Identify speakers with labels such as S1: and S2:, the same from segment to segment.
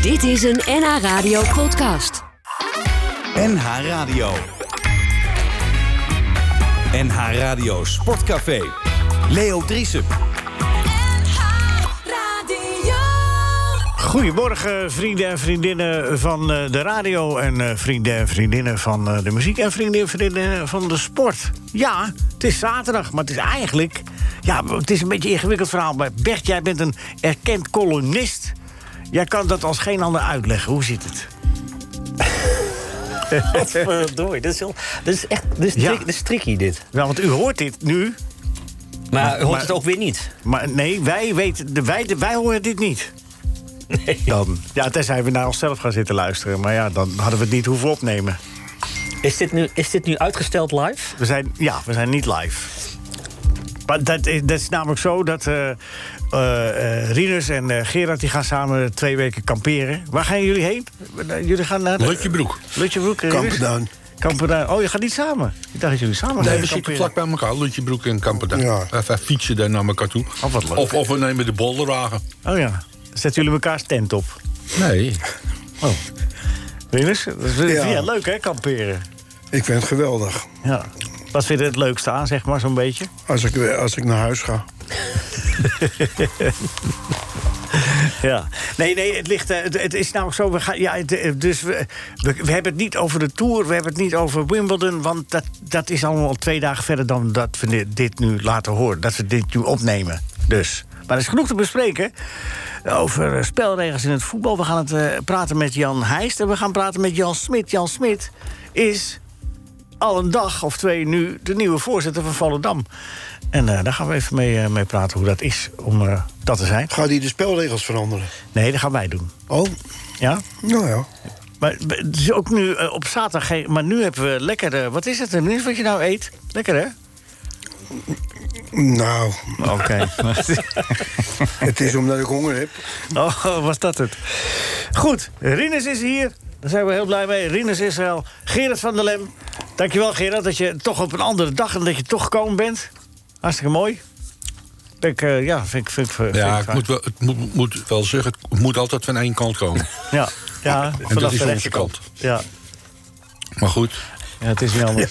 S1: Dit is een NH Radio podcast.
S2: NH Radio. NH Radio Sportcafé. Leo Driesen.
S3: Goedemorgen, vrienden en vriendinnen van de radio... en vrienden en vriendinnen van de muziek... en vrienden en vriendinnen van de sport. Ja, het is zaterdag, maar het is eigenlijk... Ja, het is een beetje een ingewikkeld verhaal. Maar Bert, jij bent een erkend columnist. Jij kan dat als geen ander uitleggen. Hoe zit het?
S4: Wat verdorie, dat is tricky, dit.
S3: Ja, want u hoort dit nu.
S4: Maar u hoort het ook weer niet.
S3: Maar nee, wij horen dit niet.
S4: Nee.
S3: Dan, ja, tenzij we naar onszelf gaan zitten luisteren. Maar ja, dan hadden we het niet hoeven opnemen.
S4: Is dit nu uitgesteld live?
S3: We zijn niet live. Maar dat is namelijk zo dat Rinus en Gerard die gaan samen 2 weken kamperen. Waar gaan jullie heen? Jullie gaan naar
S5: Lutjebroek.
S3: Kamperduin. Kamperduin. Oh, je gaat niet samen? Ik dacht dat jullie samen gaan
S5: Nee, we
S3: kamperen.
S5: zitten vlak bij elkaar. Lutjebroek en Kamperduin.
S6: Ja.
S5: Even fietsen daar naar elkaar toe.
S3: Oh, wat leuk.
S5: Of we nemen de bolderwagen.
S3: Oh ja. Zetten jullie elkaars tent op?
S5: Nee.
S3: Oh. Rinus, dat vind
S6: Ja.
S3: je leuk, hè, kamperen?
S6: Ik vind het geweldig.
S3: Ja. Wat vind je het leukste aan, zeg maar, zo'n beetje?
S6: Als ik naar huis ga.
S3: Ja. Nee, het ligt. Het is namelijk zo. We hebben het niet over de Tour. We hebben het niet over Wimbledon. Want dat is allemaal 2 dagen verder dan dat we dit nu laten horen. Dat we dit nu opnemen. Dus. Maar er is genoeg te bespreken over spelregels in het voetbal. We gaan het praten met Jan Heijst en we gaan praten met Jan Smit. Jan Smit is al een dag of 2 nu de nieuwe voorzitter van Volendam. En daar gaan we even mee praten hoe dat is om dat te zijn.
S6: Gaat hij de spelregels veranderen?
S3: Nee, dat gaan wij doen.
S6: Oh,
S3: Ja?
S6: nou ja.
S3: Maar het is ook nu op zaterdag geen... Maar nu hebben we lekker... wat is het nu wat je nou eet? Lekker, hè?
S6: Nou,
S3: Oké.
S6: het is omdat ik honger heb.
S3: Oh, was dat het? Goed, Rinus is hier. Daar zijn we heel blij mee. Rinus Israël, Gerard van der Lem. Dankjewel, Gerard, dat je toch op een andere dag... en dat je toch gekomen bent. Hartstikke mooi. Vind
S5: Ik moet wel zeggen, het moet altijd van 1 kant komen.
S3: Ja,
S5: En
S3: vanaf
S5: dat is
S3: de
S5: onze
S3: rechterkant.
S5: kant.
S3: Ja.
S5: Maar goed.
S3: Ja, het is niet anders.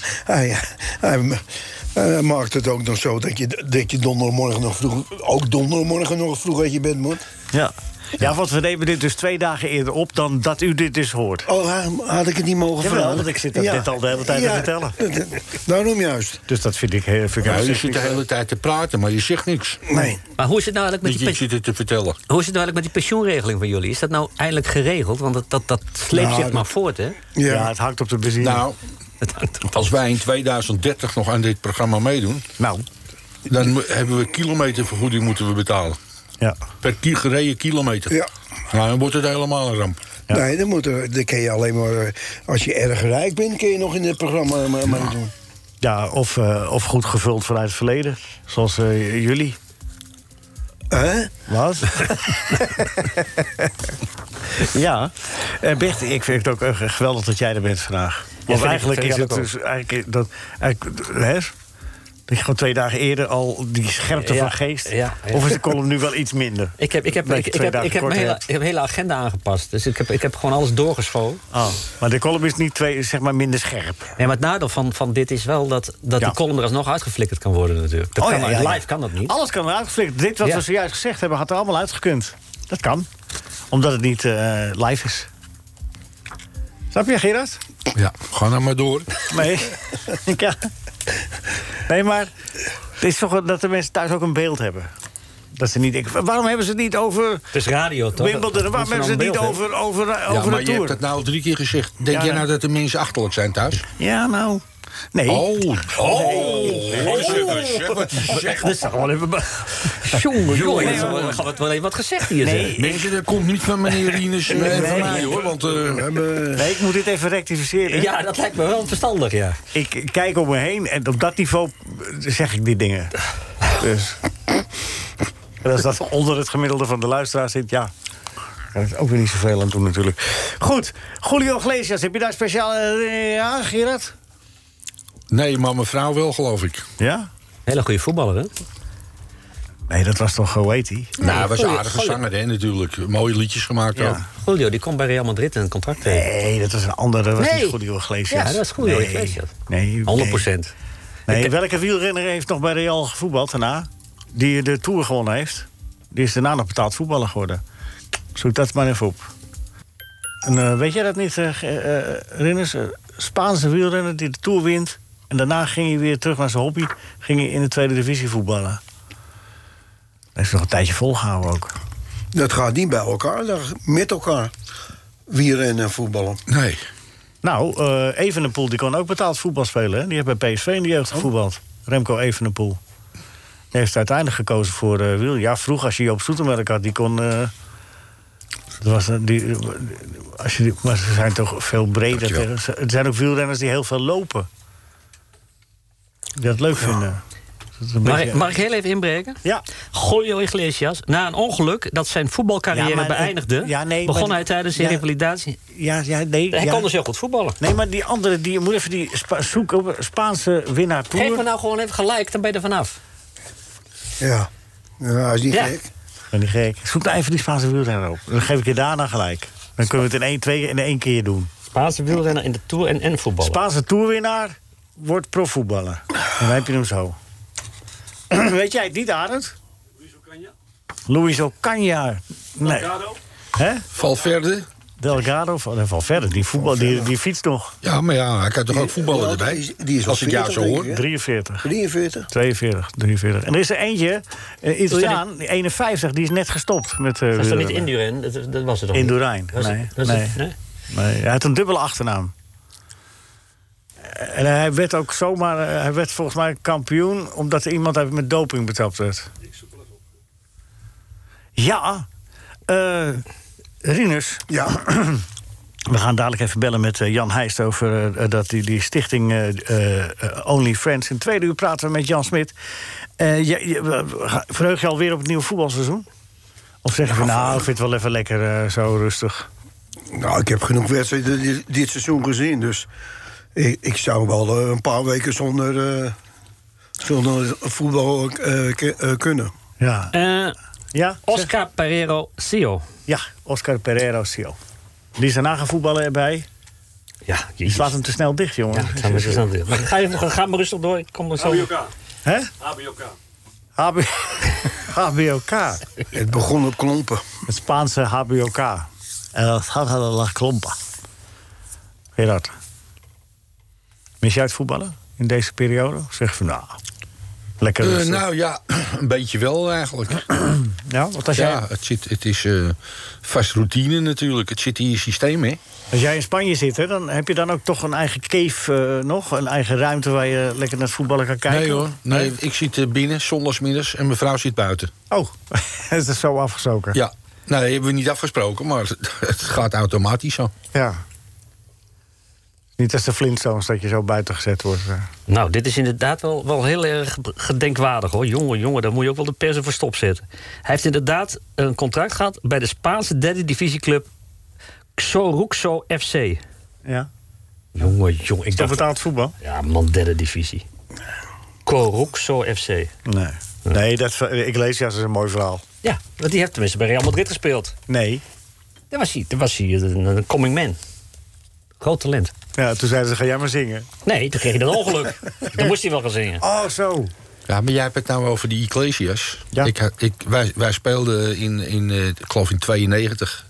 S6: Hij maakt het ook nog zo dat je donderdagmorgen nog vroeg uit je bed moet.
S3: Ja, want we nemen dit dus 2 dagen eerder op dan dat u dit dus hoort.
S6: Oh, had ik het niet mogen
S3: Jawel,
S6: vragen?
S3: want ik zit dat net al de hele tijd te vertellen.
S6: Daarom juist.
S3: Dus dat vind ik heel veel.
S5: Je zit de hele tijd te praten, maar je zegt niks.
S6: Nee.
S4: Maar hoe is het nou eigenlijk
S5: Je zit te vertellen.
S4: hoe is het nou eigenlijk met die pensioenregeling van jullie? Is dat nou eindelijk geregeld? Want dat sleept zich maar voort, hè?
S3: Ja, het hangt op de benzine.
S5: Nou, als wij in 2030 nog aan dit programma meedoen... dan hebben we kilometervergoeding moeten we betalen.
S3: Ja.
S5: Per gereden kilometer.
S6: Ja.
S5: Nou, dan wordt het helemaal een ramp.
S3: Ja.
S6: Nee, dan kun je alleen maar... Als je erg rijk bent, kun je nog in het programma meedoen.
S3: Ja, of goed gevuld vanuit het verleden. Zoals jullie. Wat? Ja. Bert, ik vind het ook geweldig dat jij er bent vandaag. Want eigenlijk is het dus... Dat je gewoon 2 dagen eerder al die scherpte van geest...
S4: Ja.
S3: Of is de column nu wel iets minder?
S4: Ik heb mijn hele agenda aangepast. Dus ik heb gewoon alles doorgeschoven.
S3: Oh, maar de column is niet minder scherp.
S4: Nee, maar het nadeel van dit is wel dat die column er alsnog uitgeflikkerd kan worden natuurlijk. Live kan dat niet.
S3: Alles kan eruit geflikkerd. Dit wat we zojuist gezegd hebben, had er allemaal uitgekund. Dat kan. Omdat het niet live is. Snap je, Gerard?
S5: Ja, ga nou maar door.
S3: Nee. Ja. Nee, maar het is toch dat de mensen thuis ook een beeld hebben. Dat ze niet denken, waarom hebben ze het niet over...
S4: Het is radio, toch?
S3: Wimbledon, waarom hebben ze het niet over
S5: Ja, maar
S3: de
S5: je
S3: Tour?
S5: hebt het nou al 3 keer gezegd. Denk jij nou dat de mensen achterlijk zijn thuis?
S3: Ja, nou... Nee. Dat is gewoon even...
S4: Jongen, we gaan wel even wat gezegd hier.
S3: Nee.
S5: Mensen, dat komt niet van meneer Rinus en van mij, hoor. Want
S3: Nee, ik moet dit even rectificeren.
S4: Ja, dat lijkt me wel verstandig, ja.
S3: Ik kijk om me heen en op dat niveau zeg ik die dingen. Dus... En als dat onder het gemiddelde van de luisteraar zit, ja... Daar is ook weer niet zoveel aan doen natuurlijk. Goed, Julio Iglesias, heb je daar speciaal... ja, Gerard?
S5: nee, maar mijn vrouw wel, geloof ik.
S3: Ja?
S4: Hele goede voetballer, hè?
S3: Nee, dat was toch, hoe heet hij?
S5: Nou, hij was een aardige zanger, hè, natuurlijk. Mooie liedjes gemaakt ook.
S4: Julio, die komt bij Real Madrid in een contract tegen.
S3: Nee, dat was een andere. Dat was niet Julio Iglesias.
S4: Ja, dat is Julio Iglesias.
S3: Nee,
S4: 100%.
S3: Nee, welke wielrenner heeft nog bij Real gevoetbald daarna? Die de Tour gewonnen heeft. Die is daarna nog betaald voetballer geworden. Zoek dat maar even op. En, weet jij dat niet, Rinus? Spaanse wielrenner die de Tour wint. En daarna ging hij weer terug naar zijn hobby. Ging hij in de tweede divisie voetballen. Dat heeft nog een tijdje volgehouden ook.
S6: Dat gaat niet bij elkaar, met elkaar. Wielrennen en voetballen.
S5: Nee.
S3: Nou, Evenepoel die kon ook betaald voetbal spelen. Hè? Die heeft bij PSV in de jeugd gevoetbald. Remco Evenepoel. Die heeft uiteindelijk gekozen voor wiel. Ja, vroeger als je Joop Zoetemelk had, die kon... maar ze zijn toch veel breder. Er zijn ook wielrenners die heel veel lopen. Die dat leuk vinden.
S4: Mag ik heel even inbreken?
S3: Ja.
S4: Julio Iglesias, na een ongeluk dat zijn voetbalcarrière beëindigde... begon hij tijdens zijn revalidatie... Hij kon dus heel goed voetballen.
S3: Nee, maar die andere, je moet even die zoeken op Spaanse winnaar Tour.
S4: Geef me nou gewoon even gelijk, dan ben je er vanaf.
S6: Ja, hij is niet gek.
S3: Ben niet gek. Zoek nou even die Spaanse wielrenner op. Dan geef ik je daarna gelijk. Dan kunnen we het in één keer doen.
S4: Spaanse wielrenner in de Tour en voetballen. Spaanse
S3: tourwinnaar wordt profvoetballer. Dan heb je hem zo. Weet jij het niet, Arend? Luis Ocaña. Nee. Hè?
S5: Valverde.
S3: Valverde, die voetbal, die fietst nog.
S5: Ja, maar ja, hij kan toch ook voetballen erbij?
S6: Die is
S5: als ik jou zo hoor.
S3: 43.
S6: 43?
S3: 43. En er is er eentje, Italiaan, 51, die is net gestopt met...
S4: Dat is toch niet Indurain? Dat was het toch
S3: Indurain, nee. Hij had een dubbele achternaam. En hij werd ook zomaar... hij werd volgens mij kampioen... omdat er iemand met doping betrapt werd. Ik zoek wel even op. Ja, Rinus.
S6: Ja.
S3: We gaan dadelijk even bellen met Jan Heijst... over die stichting Only Friends. In 2 uur praten we met Jan Smit. Verheug je alweer op het nieuwe voetbalseizoen? Of zeggen we, ik vind het wel even lekker zo rustig?
S6: Nou, ik heb genoeg wedstrijden dit seizoen gezien, dus... Ik zou wel een paar weken zonder voetbal kunnen.
S3: Ja. Ja?
S4: Oscar Pereiro Sio.
S3: Ja, Oscar Pereiro Sio. Die is daarna gaan voetballen erbij.
S4: Ja,
S3: je slaat hem te snel dicht, jongen.
S4: Ja, gaan we te snel dicht. Maar ga maar rustig door. Ik kom er zo.
S7: HBOK.
S3: Hè? HBOK.
S6: Het begon op klompen.
S3: Het Spaanse HBOK. Het gaat la klompa. Gerard. Mis jij het voetballen in deze periode? Zeg van, lekker rustig.
S5: Nou ja, een beetje wel eigenlijk.
S3: Ja, wat als jij...
S5: Ja, het is vast routine natuurlijk. Het zit in je systeem, hè.
S3: Als jij in Spanje zit, hè, dan heb je dan ook toch een eigen cave nog? Een eigen ruimte waar je lekker naar het voetballen kan kijken?
S5: Nee hoor, nee, ik zit binnen, zondagsmiddags, en mijn vrouw zit buiten.
S3: Oh, is dat zo afgestoken?
S5: Ja, nou, dat hebben we niet afgesproken, maar het gaat automatisch zo.
S3: Ja. Niet als de Flintstones dat je zo buiten gezet wordt.
S4: Nou, dit is inderdaad wel heel erg gedenkwaardig, hoor. Jongen, daar moet je ook wel de pers voor stop zetten. Hij heeft inderdaad een contract gehad bij de Spaanse derde divisieclub Xoruxo FC.
S3: Ja.
S4: Jongen.
S3: Is dat betaald voetbal?
S4: Ja, man, derde divisie. Xoruxo FC.
S3: Nee, Iglesias is een mooi verhaal.
S4: Ja, want die heeft tenminste bij Real Madrid gespeeld.
S3: Nee.
S4: Daar was hij een coming man. Groot talent.
S3: Ja, toen zeiden ze, ga jij maar zingen.
S4: Nee, toen kreeg hij een ongeluk. Toen moest hij wel gaan zingen.
S3: Oh, zo.
S5: Ja, maar jij hebt het nou over die Iglesias.
S3: Ja.
S5: Wij speelden ik geloof in 92...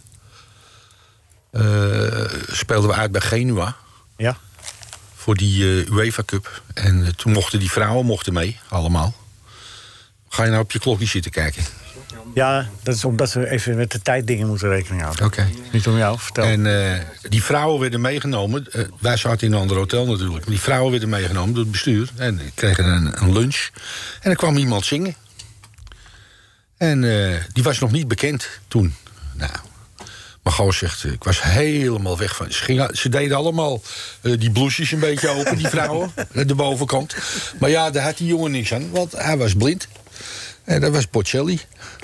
S5: speelden we uit bij Genua.
S3: Ja.
S5: Voor die UEFA Cup. En toen mochten die vrouwen mee, allemaal. Ga je nou op je klokje zitten kijken?
S3: Ja, dat is omdat we even met de tijddingen moeten rekening houden.
S5: Oké.
S3: Niet om jou, vertel.
S5: En die vrouwen werden meegenomen. Wij zaten in een ander hotel natuurlijk. Die vrouwen werden meegenomen door het bestuur. En kregen een lunch. En er kwam iemand zingen. En die was nog niet bekend toen. Nou, maar Gauw zegt, ik was helemaal weg van... Ze deden allemaal die blouses een beetje open, die vrouwen. De bovenkant. Maar ja, daar had die jongen niks aan, want hij was blind. En dat was Bocelli.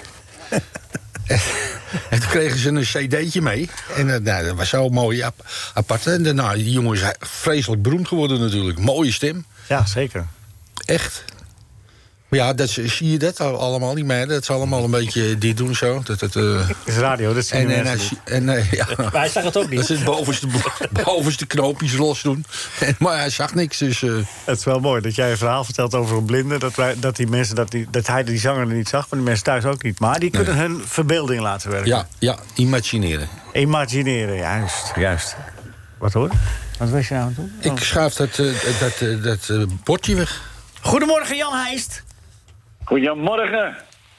S5: En toen kregen ze een cd'tje mee. En dat was zo mooi apart. En daarna, die jongen is vreselijk beroemd geworden natuurlijk. Mooie stem.
S3: Ja, zeker.
S5: Echt. Ja, zie je dat allemaal, die meiden? Dat is allemaal een beetje dit doen zo. Dat
S3: is radio, dat zien
S5: ja.
S4: Maar hij zag het ook niet.
S5: Dat is het bovenste knoopjes los doen. Maar hij zag niks, dus...
S3: Het is wel mooi dat jij een verhaal vertelt over een blinde. Dat hij die zanger niet zag, maar die mensen thuis ook niet. Maar die kunnen hun verbeelding laten werken.
S5: Ja, imagineren.
S3: Imagineren, juist. Wat hoor? Wat was je nou aan het doen?
S5: Ik schuif dat bordje weg.
S3: Goedemorgen, Jan Heijst.
S7: Goedemorgen.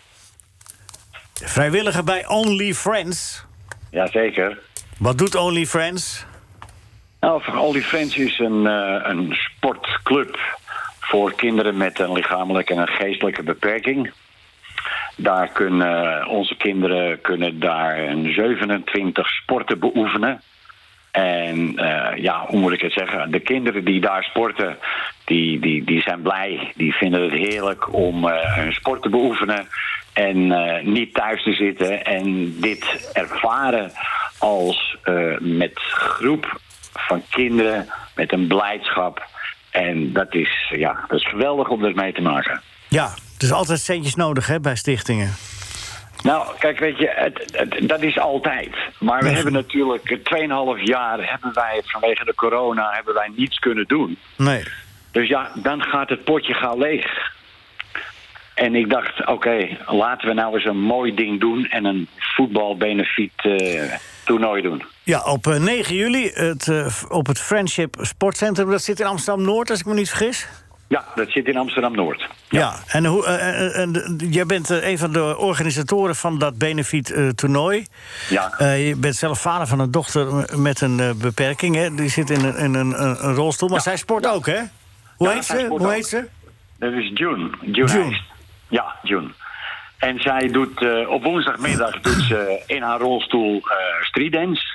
S3: Vrijwilliger bij Only Friends.
S7: Jazeker.
S3: Wat doet Only Friends?
S7: Nou, Only Friends is een sportclub voor kinderen met een lichamelijke en een geestelijke beperking. Daar kunnen onze kinderen daar 27 sporten beoefenen. En hoe moet ik het zeggen? De kinderen die daar sporten, die zijn blij. Die vinden het heerlijk om hun sport te beoefenen en niet thuis te zitten. En dit ervaren als met groep van kinderen met een blijdschap. En dat is geweldig om dat mee te maken.
S3: Ja, er is altijd centjes nodig hè, bij stichtingen.
S7: Nou, kijk, weet je, dat is altijd. Maar we hebben natuurlijk 2,5 jaar vanwege de corona niets kunnen doen.
S3: Nee.
S7: Dus ja, dan gaat het potje gauw leeg. En ik dacht, oké, laten we nou eens een mooi ding doen en een voetbalbenefiet toernooi doen.
S3: Ja, op 9 juli op het Friendship Sportcentrum. Dat zit in Amsterdam-Noord, als ik me niet vergis.
S7: Ja, dat zit in Amsterdam-Noord.
S3: Ja, en jij bent een van de organisatoren van dat benefiet-toernooi.
S7: Ja.
S3: Je bent zelf vader van een dochter met een beperking, hè? Die zit in een rolstoel, maar zij sport ook, hè? Hoe heet ze?
S7: Dat is June. Ja, June. En zij doet op woensdagmiddag in haar rolstoel streetdance.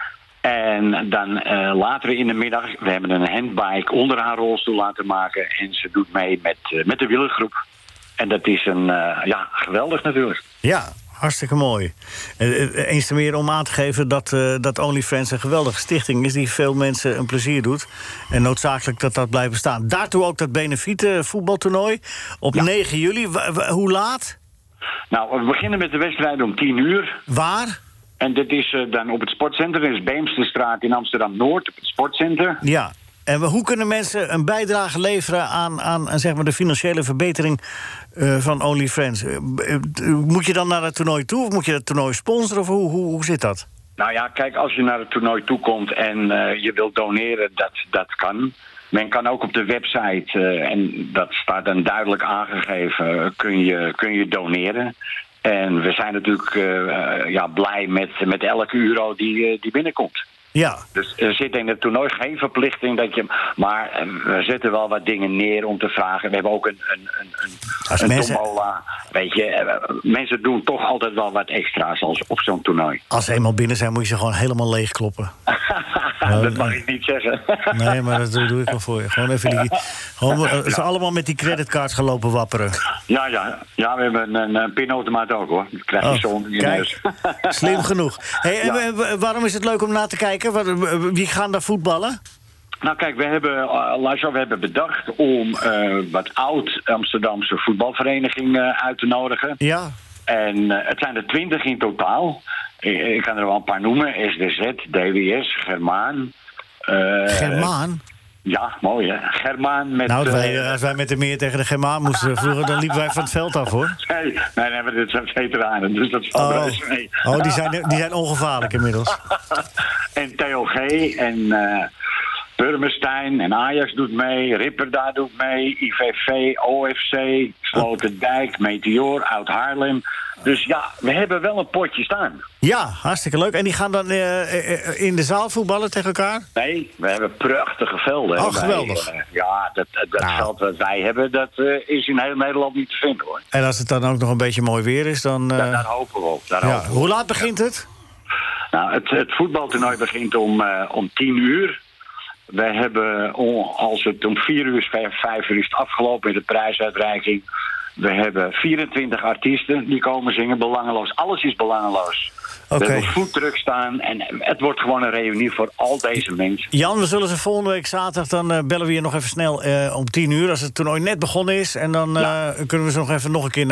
S7: En dan later in de middag, we hebben een handbike onder haar rolstoel laten maken. En ze doet mee met de wielergroep. En dat is geweldig natuurlijk.
S3: Ja, hartstikke mooi. Eens te meer om aan te geven dat Only Friends een geweldige stichting is die veel mensen een plezier doet. En noodzakelijk dat blijft bestaan. Daartoe ook dat benefiete voetbaltoernooi op 9 juli. Hoe laat?
S7: Nou, we beginnen met de wedstrijd om 10:00.
S3: Waar?
S7: En dit is dan op het sportcentrum. Dat is Beemsterstraat in Amsterdam-Noord, op het sportcentrum.
S3: Ja. En hoe kunnen mensen een bijdrage leveren aan zeg maar de financiële verbetering van Only Friends? Moet je dan naar het toernooi toe of moet je het toernooi sponsoren? Of hoe zit dat?
S7: Nou ja, kijk, als je naar het toernooi toe komt en je wilt doneren, dat kan. Men kan ook op de website, en dat staat dan duidelijk aangegeven, kun je doneren. En we zijn natuurlijk blij met elke euro die binnenkomt.
S3: Ja.
S7: Dus er zit in het toernooi geen verplichting maar we zetten wel wat dingen neer om te vragen. We hebben ook een tombola. Weet je, mensen doen toch altijd wel wat extra's als op zo'n toernooi.
S3: Als ze eenmaal binnen zijn, moet je ze gewoon helemaal leegkloppen.
S7: Dat mag ik niet zeggen.
S3: Nee, maar dat doe ik wel voor je. Gewoon even ze allemaal met die creditcards gaan lopen wapperen.
S7: Ja, we hebben een pinautomaat ook, hoor. Dat krijg je zo onder je neus.
S3: Slim genoeg. Hey, en waarom is het leuk om na te kijken? Wie gaan daar voetballen?
S7: Nou kijk, we hebben bedacht om wat oud-Amsterdamse voetbalverenigingen uit te nodigen.
S3: Ja.
S7: En het zijn er 20 in totaal. Ik kan er wel een paar noemen. SDZ, DWS, Germaan.
S3: Germaan?
S7: Ja, mooi hè. Germaan met...
S3: Nou, als wij met de meer tegen de Germaan moesten vroeger, dan liepen wij van het veld af, hoor.
S7: Nee, maar dit zijn veteranen, dus dat valt wel eens mee.
S3: Oh, die zijn ongevaarlijk inmiddels.
S7: En TOG en Purmerstein en Ajax doet mee, Ripperda doet mee, IVV, OFC, Sloterdijk, Meteor, Oud-Haarlem. Dus ja, we hebben wel een potje staan.
S3: Ja, hartstikke leuk. En die gaan dan in de zaal voetballen tegen elkaar?
S7: Nee, we hebben prachtige velden.
S3: Oh, geweldig.
S7: Dat veld dat wij hebben, dat is in heel Nederland niet te vinden, hoor.
S3: En als het dan ook nog een beetje mooi weer is, dan...
S7: Daar hopen we op.
S3: Hoe laat begint het?
S7: Nou, het voetbaltoernooi begint om 10:00. We hebben, als het om 4 uur, 5 uur is het afgelopen met de prijsuitreiking. We hebben 24 artiesten die komen zingen, belangeloos. Alles is belangeloos.
S3: Oké.
S7: We hebben voetdruk staan en het wordt gewoon een reunie voor al deze mensen.
S3: Jan, we zullen ze volgende week zaterdag... dan bellen we je nog even snel om 10:00... als het toernooi net begonnen is. En dan kunnen we ze nog een keer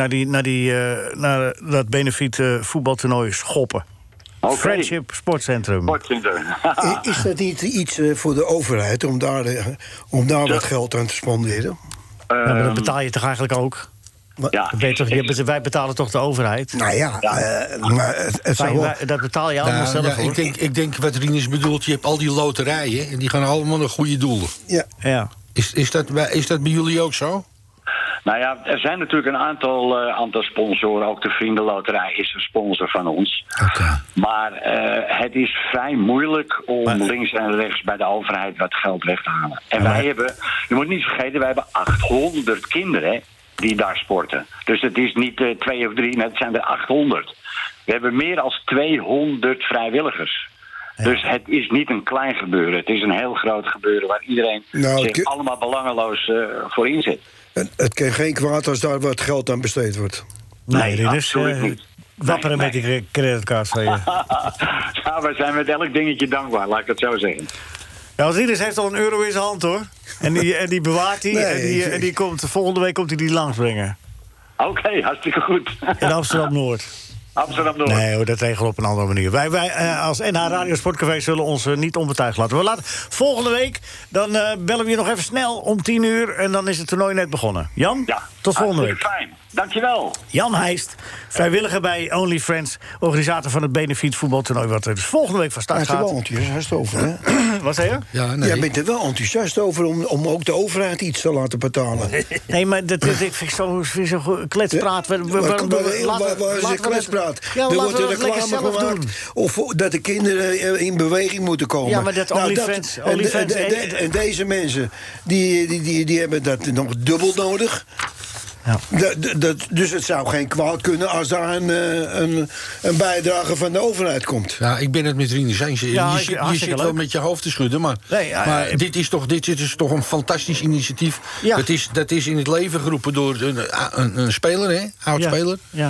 S3: naar dat benefiet voetbaltoernooi schoppen.
S7: Okay.
S3: Friendship Sportcentrum.
S6: Is dat niet iets voor de overheid om daar wat geld aan te spenderen?
S3: Maar dat betaal je toch eigenlijk ook?
S7: Ja.
S3: Wij betalen toch de overheid?
S6: Nou ja, maar het zou wel...
S3: Dat betaal je allemaal zelf hoor.
S5: Ik denk wat Rinus bedoelt, je hebt al die loterijen... en die gaan allemaal naar goede doelen.
S6: Ja.
S5: Is dat bij jullie ook zo?
S7: Nou ja, er zijn natuurlijk een aantal sponsoren. Ook de Vriendenloterij is een sponsor van ons.
S5: Okay.
S7: Maar het is vrij moeilijk om links en rechts bij de overheid wat geld weg te halen. En wij hebben, je moet niet vergeten, wij hebben 800 kinderen die daar sporten. Dus het is niet 2 of 3, het zijn er 800. We hebben meer dan 200 vrijwilligers. Ja. Dus het is niet een klein gebeuren. Het is een heel groot gebeuren waar iedereen zich allemaal belangeloos voor inzet.
S6: Het kan geen kwaad als daar wat geld aan besteed wordt.
S3: Nee,
S7: absoluut niet.
S3: Wapperen met die creditcard van je.
S7: Ja, we zijn met elk dingetje dankbaar, laat ik het zo zeggen.
S3: Ja, want Rinus heeft al €1 in zijn hand, hoor. En die bewaart hij. En die komt, volgende week komt hij die langsbrengen.
S7: Oké, hartstikke goed.
S3: In Amsterdam-Noord.
S7: Amsterdam-Noord.
S3: Nee hoor, dat regelen we op een andere manier. Wij als NH Radio Sportcafé zullen ons niet onbetuigd laten. Volgende week, dan bellen we je nog even snel om 10:00... en dan is het toernooi net begonnen. Jan, tot volgende week.
S7: Fijn, dankjewel.
S3: Jan Heijst, vrijwilliger bij Only Friends... organisator van het benefiet voetbaltoernooi... wat er dus volgende week van start gaat.
S6: Hij is er wel enthousiast over, hè?
S3: Wat zei je?
S5: Ja, nee.
S6: Jij bent er wel enthousiast over om ook de overheid iets te laten betalen.
S3: Nee, maar dat vind ik zo kletspraat.
S6: Waar is de kletspraat?
S3: Ja,
S6: er wordt
S3: een
S6: reclame gemaakt of dat de kinderen in beweging moeten komen.
S3: Ja, maar dat OnlyFans...
S6: En deze mensen, die hebben dat nog dubbel nodig. Ja. Dus het zou geen kwaad kunnen als daar een bijdrage van de overheid komt.
S5: Ja, ik ben het met Rinus eens.
S3: Ja,
S5: je zit wel met je hoofd te schudden, maar, dit is toch een fantastisch initiatief. Ja. Dat is in het leven geroepen door een speler, hè? Oud-speler.
S3: Ja.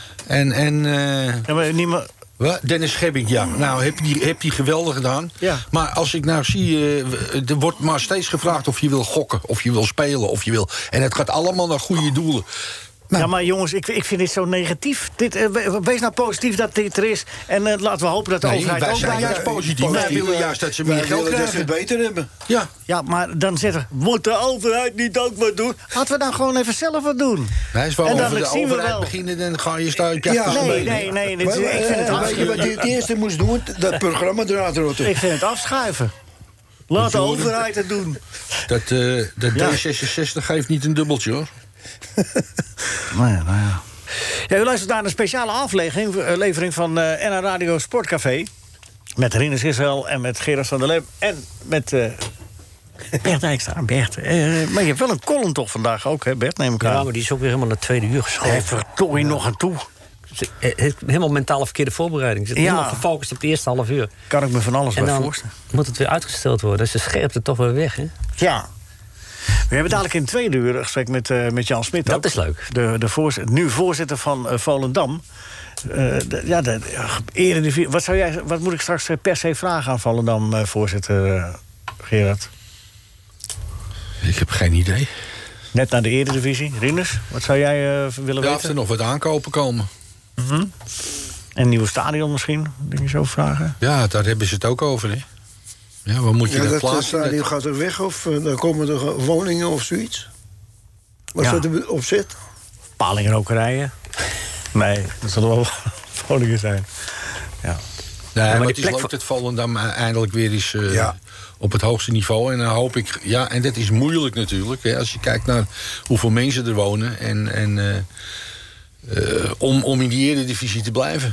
S5: Ja,
S3: maar niemand...
S5: Wat? Dennis Gebbing, ja. Nou, heb die geweldig gedaan. Ja. Maar als ik nou zie... er wordt maar steeds gevraagd of je wil gokken, of je wil spelen, of je wil... En het gaat allemaal naar goede doelen. Nou.
S3: Ja, maar jongens, ik vind dit zo negatief. Wees nou positief dat dit er is. En laten we hopen dat de overheid ook...
S5: Wij zijn juist positief. Wij willen juist dat ze meer geld krijgen.
S6: Dat ze het beter hebben.
S5: Ja,
S3: maar dan zeggen we... Moet de overheid niet ook wat doen? Laten we dan gewoon even zelf wat doen.
S5: Nee, is wel over de overheid beginnen, dan ga je staan...
S3: Nee. Ik vind het afschuiven.
S6: Wat je het eerste moest doen, dat programma eruit rotten.
S3: Ik vind het afschuiven. Laat de overheid het doen.
S5: Dat D66 geeft niet een dubbeltje, hoor.
S3: Ja, u luistert naar een speciale aflevering van NH Radio Sportcafé. Met Rinus Israël en met Gerard van der Lem. En met Bert Dijkstra. Bert, maar je hebt wel een column toch vandaag ook, hè Bert? Neem ik aan.
S4: Ja, maar die is ook weer helemaal naar het 2e uur geschoven.
S3: Hij verdorie nog aan toe.
S4: Helemaal mentale verkeerde voorbereiding. Zit helemaal gefocust op de eerste half uur.
S3: Kan ik me van alles bij voorstellen.
S4: Moet het weer uitgesteld worden. Dus de scherpte toch weer weg, hè?
S3: Ja. We hebben dadelijk in 2e uur een gesprek met Jan Smit.
S4: Dat is leuk.
S3: De nu voorzitter van Volendam. De Eredivisie. Wat moet ik straks per se vragen aan Volendam, voorzitter Gerard?
S5: Ik heb geen idee.
S3: Net naar de Eredivisie. Rinus, wat zou jij willen weten?
S5: Of er nog wat aankopen komen.
S3: En een nieuw stadion misschien, denk je zo vragen?
S5: Ja, daar hebben ze het ook over, hè. Ja, waar moet je dat plaatsen?
S6: Dat stadion gaat er weg of dan komen er woningen of zoiets? Wat is dat op zit?
S3: Palingrokerijen? Nee, dat zullen wel woningen zijn. Ja.
S5: Nee, maar het is leuk dat Volendam eindelijk weer is op het hoogste niveau. En dan hoop ik... Ja, en dat is moeilijk natuurlijk. Hè, als je kijkt naar hoeveel mensen er wonen. En om in die Eredivisie te blijven.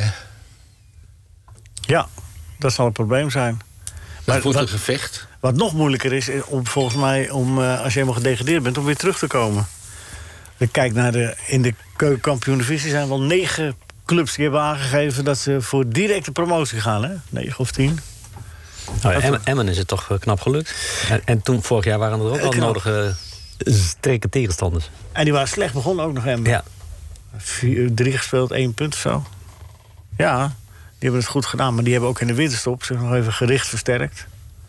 S3: Ja, dat zal een probleem zijn.
S5: Dat wordt een gevecht.
S3: Wat nog moeilijker is, volgens mij, als je helemaal gedegradeerd bent, om weer terug te komen. Ik kijk naar in de keukenkampioen-divisie zijn wel 9 clubs die hebben aangegeven dat ze voor directe promotie gaan, hè? 9 of 10.
S4: Emmen is het toch knap gelukt. En toen, vorig jaar, waren er ook al nodige sterke tegenstanders.
S3: En die waren slecht begonnen ook nog, Emmen.
S4: Ja.
S3: 3 gespeeld, 1 punt of zo. Ja. Die hebben het goed gedaan, maar die hebben ook in de winterstop zich nog even gericht versterkt.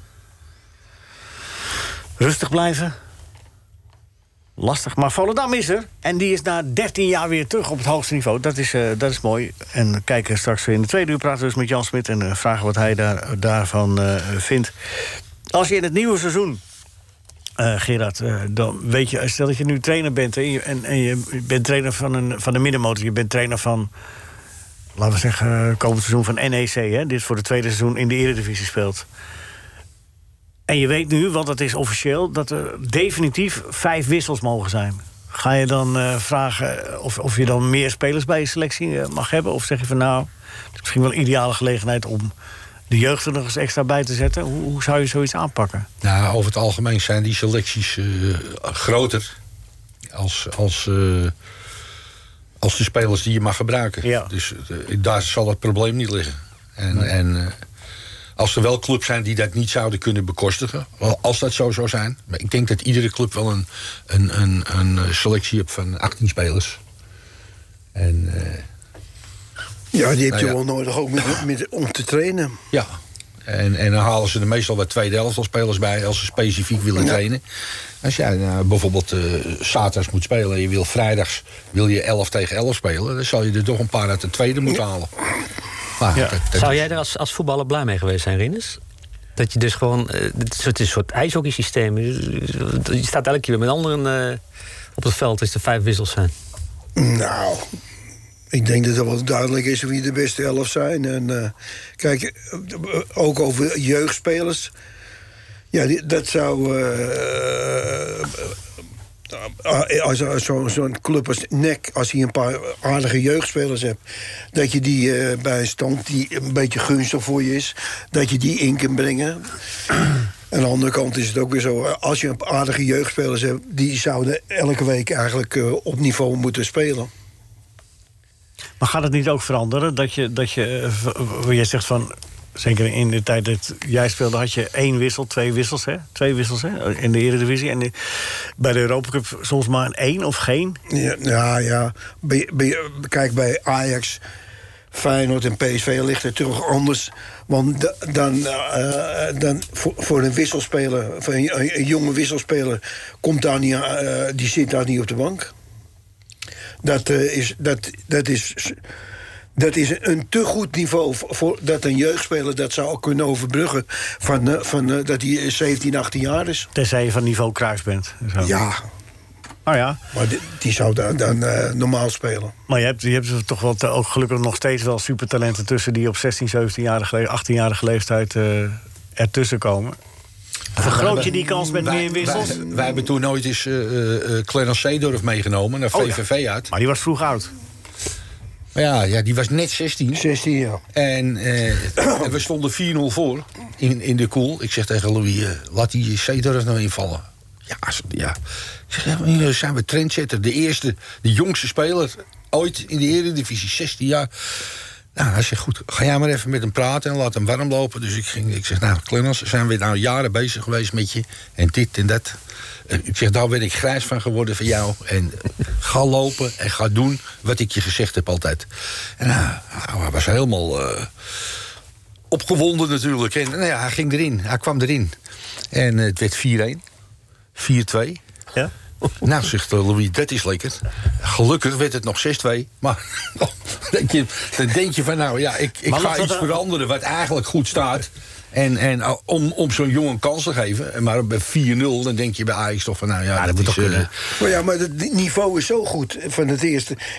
S3: Rustig blijven. Lastig, maar Volendam is er. En die is na 13 jaar weer terug op het hoogste niveau. Dat is mooi. En kijken straks in de tweede uur praten we dus met Jan Smit... en vragen wat hij daarvan vindt. Als je in het nieuwe seizoen... Gerard, dan weet je, stel dat je nu trainer bent... en je bent trainer van de middenmotor... je bent trainer van, laten we zeggen... komend seizoen van NEC, hè, dit voor het tweede seizoen in de Eredivisie speelt... En je weet nu, want dat is officieel... dat er definitief 5 wissels mogen zijn. Ga je dan vragen of je dan meer spelers bij je selectie mag hebben? Of zeg je van nou, het is misschien wel een ideale gelegenheid... om de jeugd er nog eens extra bij te zetten? Hoe zou je zoiets aanpakken?
S5: Nou, over het algemeen zijn die selecties groter... als de spelers die je mag gebruiken.
S3: Ja.
S5: Dus daar zal het probleem niet liggen. En als er wel clubs zijn die dat niet zouden kunnen bekostigen... als dat zo zou zijn... maar ik denk dat iedere club wel een selectie heeft van 18 spelers. En...
S6: ja, die heb je wel nodig ook om te trainen.
S5: Ja, en dan halen ze er meestal wat tweede elftal spelers bij... als ze specifiek willen trainen. Als jij bijvoorbeeld zaterdags moet spelen... en je wil vrijdags 11 tegen 11 spelen... dan zal je er toch een paar uit de tweede moeten halen. Maar,
S3: Ja.
S4: Zou jij er als voetballer blij mee geweest zijn, Rinus? Dat je dus gewoon... het is een soort ijshockeysysteem. Je staat elke keer met anderen op het veld... als er 5 wissels zijn.
S6: Nou, ik denk dat het wel duidelijk is wie de beste 11 zijn. En kijk, ook over jeugdspelers. Ja, dat zou... als zo'n club als NEC, als hij een paar aardige jeugdspelers hebt... dat je die bij een stand die een beetje gunstig voor je is... dat je die in kan brengen. Aan de andere kant is het ook weer zo... als je aardige jeugdspelers hebt... die zouden elke week eigenlijk op niveau moeten spelen.
S3: Maar gaat het niet ook veranderen? Dat je zegt van... Zeker in de tijd dat jij speelde had je 1 wissel, 2 wissels, hè? 2 wissels, hè? In de Eredivisie. En bij de Europa Cup soms maar 1 of geen.
S6: Ja. Kijk, bij Ajax, Feyenoord en PSV ligt het toch anders. Want dan voor een wisselspeler, voor een jonge wisselspeler... komt daar niet, die zit daar niet op de bank. Dat is een te goed niveau voor dat een jeugdspeler dat zou kunnen overbruggen... van dat hij 17, 18 jaar is.
S3: Tenzij je van niveau Cruijff bent. Zo.
S6: Ja.
S3: Oh ja.
S6: Maar die zou dan normaal spelen.
S3: Maar je hebt toch wel ook gelukkig nog steeds wel supertalenten tussen... die op 16, 17-jarige, 18-jarige leeftijd ertussen komen. Vergroot je die kans met meer wissels?
S5: Wij hebben toen nooit eens Clarence Seedorf meegenomen naar VVV uit.
S3: Maar die was vroeg oud.
S5: Ja, die was net 16.
S6: 16, ja.
S5: En we stonden 4-0 voor in de koel. Ik zeg tegen Louis, laat die Seedorf nou invallen. Ja. Ik zeg, zijn we trendsetter. De jongste speler ooit in de Eredivisie, 16 jaar. Nou, hij zegt, goed, ga jij maar even met hem praten en laat hem warm lopen. Dus ik zeg, nou, Clarence, zijn we nou jaren bezig geweest met je. En dit en dat. Ik zeg, daar ben ik grijs van geworden van jou. En ga lopen en ga doen wat ik je gezegd heb altijd. En hij was helemaal opgewonden natuurlijk. En hij ging erin, hij kwam erin. En het werd 4-1, 4-2. Ja? Nou, zegt Louis, dat is lekker. Gelukkig werd het nog 6-2. Maar dan denk je van, nou ja, ik ga iets veranderen wat eigenlijk goed staat. En om zo'n jongen kans te geven. Maar bij 4-0, dan denk je bij Ajax toch van, nou ja, dat moet toch kunnen.
S6: Maar het niveau is zo goed van het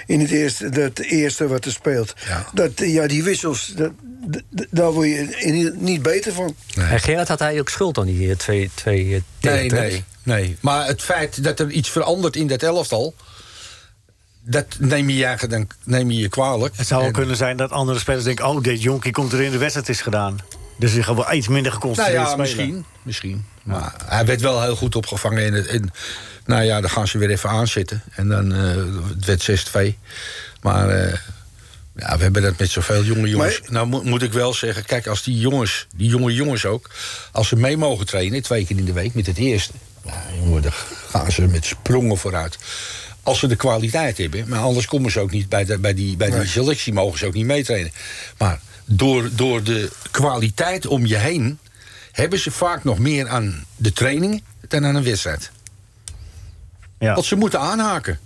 S6: eerste wat er speelt. Ja. Dat die wissels, daar word je niet beter van.
S4: Nee. En Gerard, had hij ook schuld aan die twee
S5: Nee. Maar het feit dat er iets verandert in dat elftal, dat neem je kwalijk.
S3: Het zou wel kunnen zijn dat andere spelers denken, oh, dit jonkie komt erin, de wedstrijd is gedaan. Dus hij gaat wel iets minder geconcentreerd spelen.
S5: Misschien. Maar hij werd wel heel goed opgevangen. En nou ja, dan gaan ze weer even aanzetten. En dan het werd 6-2. Maar we hebben dat met zoveel jonge jongens. Maar, nou moet ik wel zeggen, kijk, als die jonge jongens ook, als ze mee mogen trainen 2 keer in de week met het eerste, nou, jongen, dan gaan ze met sprongen vooruit. Als ze de kwaliteit hebben. Maar anders komen ze ook niet bij die selectie, mogen ze ook niet meetrainen. Maar door de kwaliteit om je heen hebben ze vaak nog meer aan de trainingen dan aan een wedstrijd.
S3: Ja.
S5: Want ze moeten aanhaken.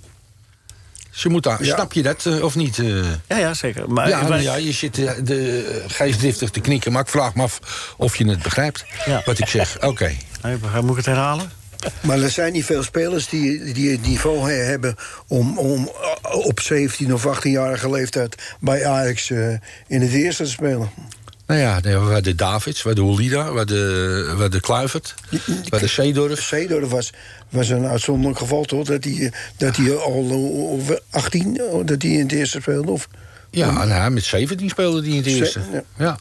S5: Snap je dat of niet?
S3: Ja, zeker. Maar
S5: je zit de geestdriftig te knikken, maar ik vraag me af of je het begrijpt.
S3: Ja.
S5: Wat ik zeg. Oké.
S3: Moet ik het herhalen?
S6: Maar er zijn niet veel spelers die het niveau hebben om op 17 of 18-jarige leeftijd bij Ajax in het eerste te spelen.
S5: Nou ja, we hadden de Davids, we hadden Olida, we hadden de Kluivert, we hadden Seedorf.
S6: Seedorf was een uitzonderlijk geval, toch? Dat hij al 18, dat hij in het eerste speelde? Of?
S5: Ja, met 17 speelde hij in het eerste. Ja.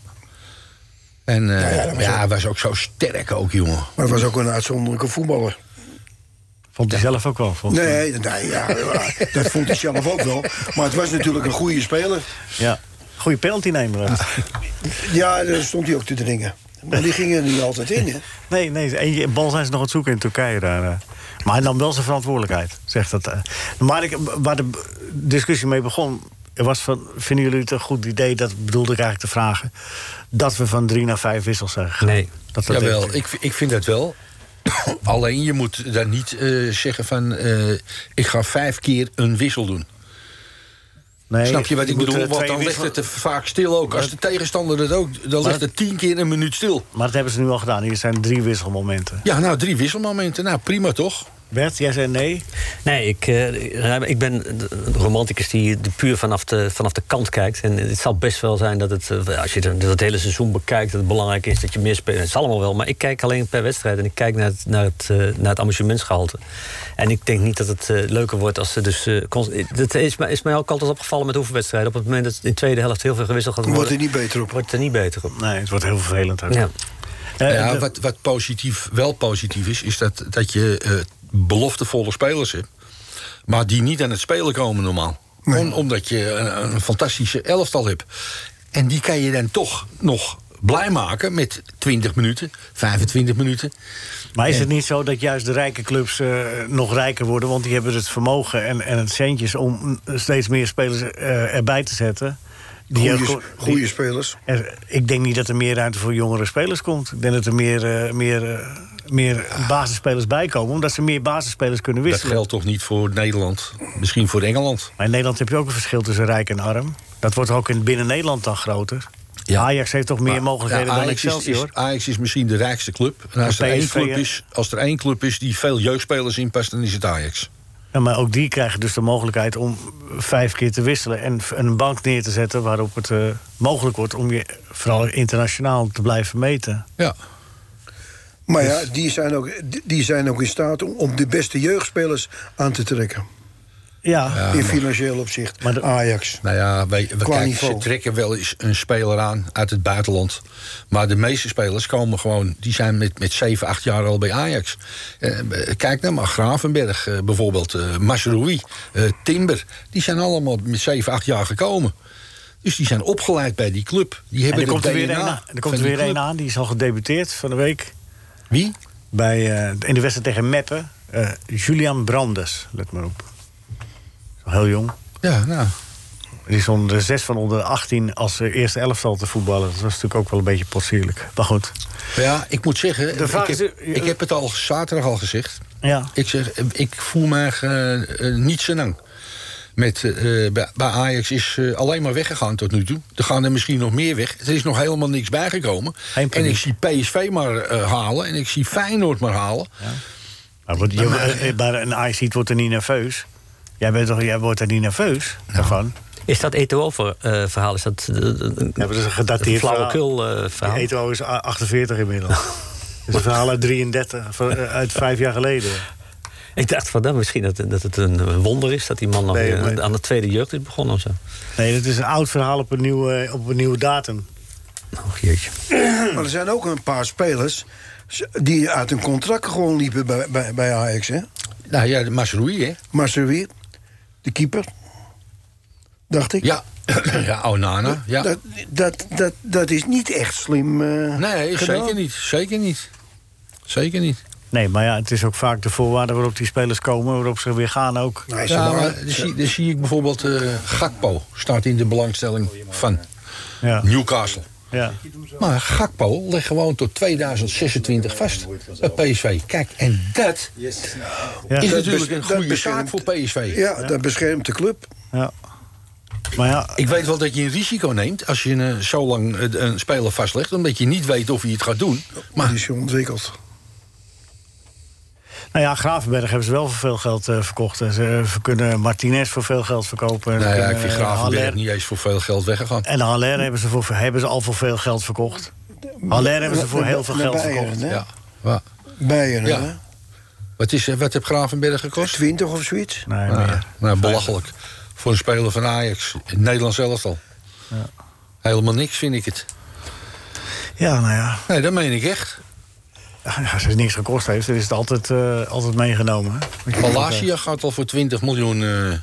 S5: En hij was ook zo sterk ook, jongen.
S6: Maar hij was ook een uitzonderlijke voetballer.
S3: Vond hij zelf ook wel?
S6: Nee, dat vond hij zelf ook wel. Maar het was natuurlijk een goede speler.
S3: Ja, goede penalty nemen.
S6: Ja, daar stond hij ook te dringen. Maar die gingen er niet altijd in, hè?
S3: Nee, een bal zijn ze nog aan het zoeken in Turkije daar. Maar hij nam wel zijn verantwoordelijkheid, zegt dat. Maar waar de discussie mee begon, was van, vinden jullie het een goed idee, dat bedoelde ik eigenlijk te vragen, dat we van 3 naar 5 wissels zijn gegaan?
S4: Nee.
S5: Jawel, ik vind dat wel. Alleen je moet daar niet zeggen van, ik ga 5 keer een wissel doen.
S3: Nee,
S5: snap je wat ik bedoel? Want dan ligt het vaak stil ook. Als de tegenstander het ook, dan ligt het 10 keer een minuut stil.
S3: Maar dat hebben ze nu al gedaan. Hier zijn 3 wisselmomenten.
S5: Ja, 3 wisselmomenten. Nou, prima toch?
S3: Bert, jij zei nee?
S4: Nee, ik ben een romanticus die puur vanaf de kant kijkt. En het zal best wel zijn dat als je het hele seizoen bekijkt, dat het belangrijk is dat je meer speelt. Het is allemaal wel, maar ik kijk alleen per wedstrijd en ik kijk naar het amusementsgehalte. En ik denk niet dat het leuker wordt als ze dus... dat is mij ook altijd opgevallen met oefenwedstrijden. Op het moment dat in de tweede helft heel veel gewisseld gaat worden,
S6: Wordt er niet beter op.
S4: Wordt er niet beter op.
S3: Nee, het wordt heel vervelend.
S4: Ja.
S5: Wat wel positief is dat je beloftevolle spelers hebt, maar die niet aan het spelen komen normaal. Nee. Omdat je een fantastische elftal hebt. En die kan je dan toch nog blij maken met 20 minuten, 25 minuten.
S3: Maar is het niet zo dat juist de rijke clubs nog rijker worden, want die hebben het vermogen en het centjes om steeds meer spelers erbij te zetten?
S6: Goede spelers.
S3: Ik denk niet dat er meer ruimte voor jongere spelers komt. Ik denk dat er meer basisspelers bij komen, omdat ze meer basisspelers kunnen wisselen.
S5: Dat geldt toch niet voor Nederland? Misschien voor Engeland.
S3: Maar in Nederland heb je ook een verschil tussen rijk en arm. Dat wordt ook binnen Nederland dan groter. Ja. Ajax heeft toch meer mogelijkheden dan Excelsior?
S5: Ajax is misschien de rijkste club. En als er één club is die veel jeugdspelers inpast, dan is het Ajax.
S3: Ja, maar ook die krijgen dus de mogelijkheid om 5 keer te wisselen en een bank neer te zetten waarop het mogelijk wordt om je vooral internationaal te blijven meten.
S5: Ja.
S6: Maar ja, die zijn ook in staat om de beste jeugdspelers aan te trekken.
S3: Ja,
S6: in financieel opzicht. Maar Ajax.
S5: Nou ja, ze trekken wel eens een speler aan uit het buitenland. Maar de meeste spelers komen gewoon, die zijn met 7, 8 jaar al bij Ajax. Kijk nou maar, Gravenberg bijvoorbeeld, Masroui, Timber. Die zijn allemaal met 7, 8 jaar gekomen. Dus die zijn opgeleid bij die club. Die hebben
S3: er komt er weer een aan, die is al gedebuteerd van de week.
S5: Wie?
S3: In de wedstrijd tegen Meppen. Julian Brandes, let maar op. Heel jong.
S5: Ja, nou.
S3: Die stond de 6 van onder 18 als eerste elftal te voetballen. Dat was natuurlijk ook wel een beetje potsierlijk. Maar goed.
S5: Ja, ik moet zeggen, ik heb het al zaterdag al gezegd.
S3: Ja.
S5: Ik voel me niet zo lang. Bij Ajax is alleen maar weggegaan tot nu toe. Er gaan er misschien nog meer weg. Er is nog helemaal niks bijgekomen. En ik zie PSV maar halen. En ik zie Feyenoord maar halen.
S3: Ja. Maar een Ajax wordt er niet nerveus. Jij wordt er niet nerveus daarvan.
S4: Is dat Eto'o-verhaal? Is dat
S3: dat is een gedateerd
S4: flauwekul-verhaal?
S3: Eto'o is 48 inmiddels. Dat is een verhaal uit 33, uit 5 jaar geleden.
S4: Ik dacht van misschien dat het een wonder is dat die man nog aan de tweede jeugd is begonnen of zo.
S3: Nee, dat is een oud verhaal op een nieuwe datum.
S4: Oh, jeetje.
S6: Maar er zijn ook een paar spelers die uit een contract gewoon liepen bij Ajax, hè?
S5: Nou ja, de Masroui, hè?
S6: Masroui, de keeper, dacht ik.
S5: Ja, ja, Onana. Ja.
S6: Dat is niet echt slim
S5: nee, zeker niet.
S3: Nee, maar ja, het is ook vaak de voorwaarden waarop die spelers komen, waarop ze weer gaan ook.
S5: Ja, maar dan zie ik bijvoorbeeld Gakpo staat in de belangstelling van.
S3: Ja.
S5: Newcastle.
S3: Ja.
S5: Maar Gakpo ligt gewoon tot 2026 vast bij PSV. Kijk, en dat is natuurlijk een goede zaak voor PSV.
S6: Ja, dat beschermt de club.
S3: Ja. Maar ja,
S5: Ik weet wel dat je een risico neemt als je zo lang een speler vastlegt, omdat je niet weet of hij het gaat doen. Maar
S6: Die is ontwikkeld.
S3: nou ja, Gravenberg hebben ze wel voor veel geld verkocht. Ze kunnen Martinez voor veel geld verkopen.
S5: nou ja,
S3: kunnen,
S5: ik vind Gravenberg
S3: Haller-
S5: niet eens voor veel geld weggegaan.
S3: En Haller hebben ze al voor veel geld verkocht. Haller hebben ze voor heel veel geld verkocht.
S5: Ja. Ja.
S6: Bayern,
S5: Ja.
S6: hè?
S5: Wat heeft Gravenberg gekost?
S6: 20 of zoiets.
S3: Nee, meer.
S5: Nou, belachelijk. Voor een speler van Ajax. In het Nederlands elftal.
S3: Ja.
S5: Helemaal niks, vind ik het.
S3: Ja, nou ja.
S5: Nee, dat meen ik echt.
S3: Als het niks gekost heeft, dan is het altijd meegenomen. Hè?
S5: Malasia gaat al voor 20 miljoen.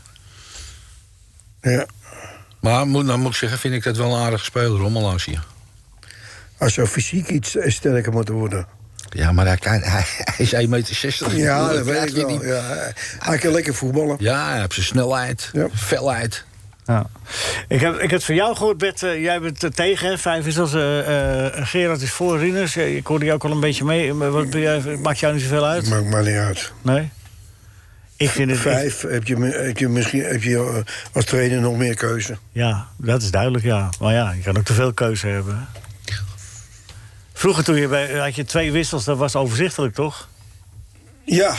S6: Ja.
S5: Maar nou moet ik zeggen, vind ik dat wel een aardige speler, hoor, Malasia.
S6: Als je fysiek iets sterker moet worden.
S5: Ja, maar hij is 1,60 meter.
S6: Ja, dat weet
S5: krijg
S6: ik
S5: je
S6: wel.
S5: niet.
S6: Ja, hij kan lekker voetballen.
S5: Ja, hij heeft zijn snelheid,
S6: Ja.
S5: felheid.
S3: Ja. Ik heb het van jou gehoord, Bert. Jij bent tegen, hè? 5 wissels. Gerard is voor Rinus. Ik hoorde je ook al een beetje mee. Maar maakt jou niet zoveel uit?
S6: Maakt maar niet uit.
S3: Nee? Ik vind het...
S6: 5 heb je als trainer nog meer keuze.
S3: Ja, dat is duidelijk, ja. Maar ja, je kan ook te veel keuze hebben. Hè? Vroeger had je 2 wissels, dat was overzichtelijk, toch?
S6: Ja.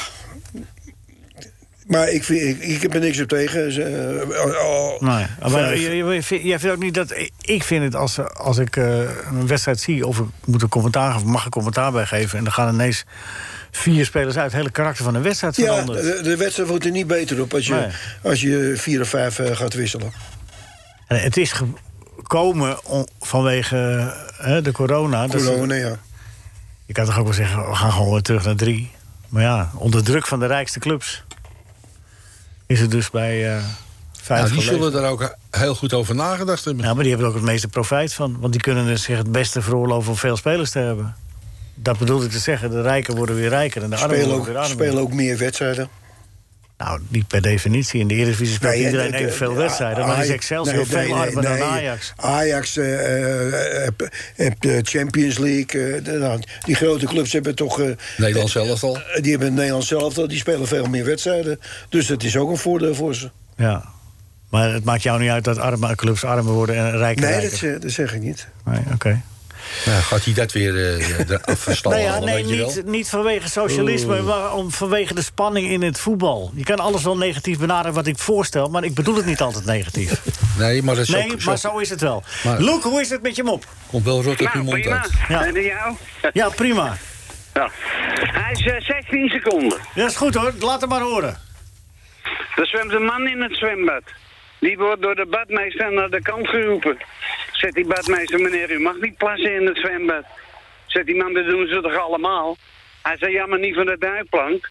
S6: Maar ik heb er niks op tegen.
S3: Nee. Maar jij vindt ook niet dat... Ik vind het, als ik een wedstrijd zie... of ik mag een commentaar bij geven... en dan gaan ineens 4 spelers uit... het hele karakter van de wedstrijd
S6: Ja,
S3: verandert.
S6: de wedstrijd wordt er niet beter op als je 4 of 5 gaat wisselen.
S3: En het is gekomen vanwege de corona.
S6: Corona, ja.
S3: Je kan toch ook wel zeggen, we gaan gewoon weer terug naar 3. Maar ja, onder druk van de rijkste clubs... is het dus bij 5
S5: Nou, die
S3: gebleven.
S5: zullen daar ook heel goed over nagedacht hebben.
S3: Ja, maar die hebben er ook het meeste profijt van. Want die kunnen dus zich het beste veroorloven om veel spelers te hebben. Dat bedoelde ik te zeggen. De rijken worden weer rijker en de armen worden weer armer.
S6: Spelen ook meer wedstrijden.
S3: Nou, niet per definitie. In de Eredivisie speelt
S6: Nee,
S3: iedereen evenveel wedstrijden. Dan is Excelsior veel armer dan Ajax.
S6: Ajax heeft de Champions League. Die grote clubs hebben toch...
S5: Nederland zelf al.
S6: Die hebben Nederland zelf al. Die spelen veel meer wedstrijden. Dus dat is ook een voordeel voor ze.
S3: Ja. Maar het maakt jou niet uit dat arme clubs armer worden en rijker rijker?
S6: Nee, dat zeg ik niet.
S3: Nee, oké.
S5: Nou, gaat hij dat weer verstallen?
S3: Nou ja, nee, niet vanwege socialisme, maar vanwege de spanning in het voetbal. Je kan alles wel negatief benaderen wat ik voorstel, maar ik bedoel het niet altijd negatief.
S5: Nee, maar, dat is
S3: Nee, maar zo is het wel.
S5: Maar-
S3: Luc, hoe is het met je mop?
S5: komt wel rot op je mond
S8: prima.
S5: uit.
S3: Ja.
S8: En jou?
S3: Ja, prima.
S8: Ja. Hij is 16 seconden.
S3: Dat is goed hoor, laat hem maar horen.
S8: Er zwemt een man in het zwembad. Die wordt door de badmeester naar de kant geroepen. Zegt die badmeester, meneer, u mag niet plassen in het zwembad. Zegt die man, dat doen ze toch allemaal? Hij zei, ja, maar niet van de duikplank.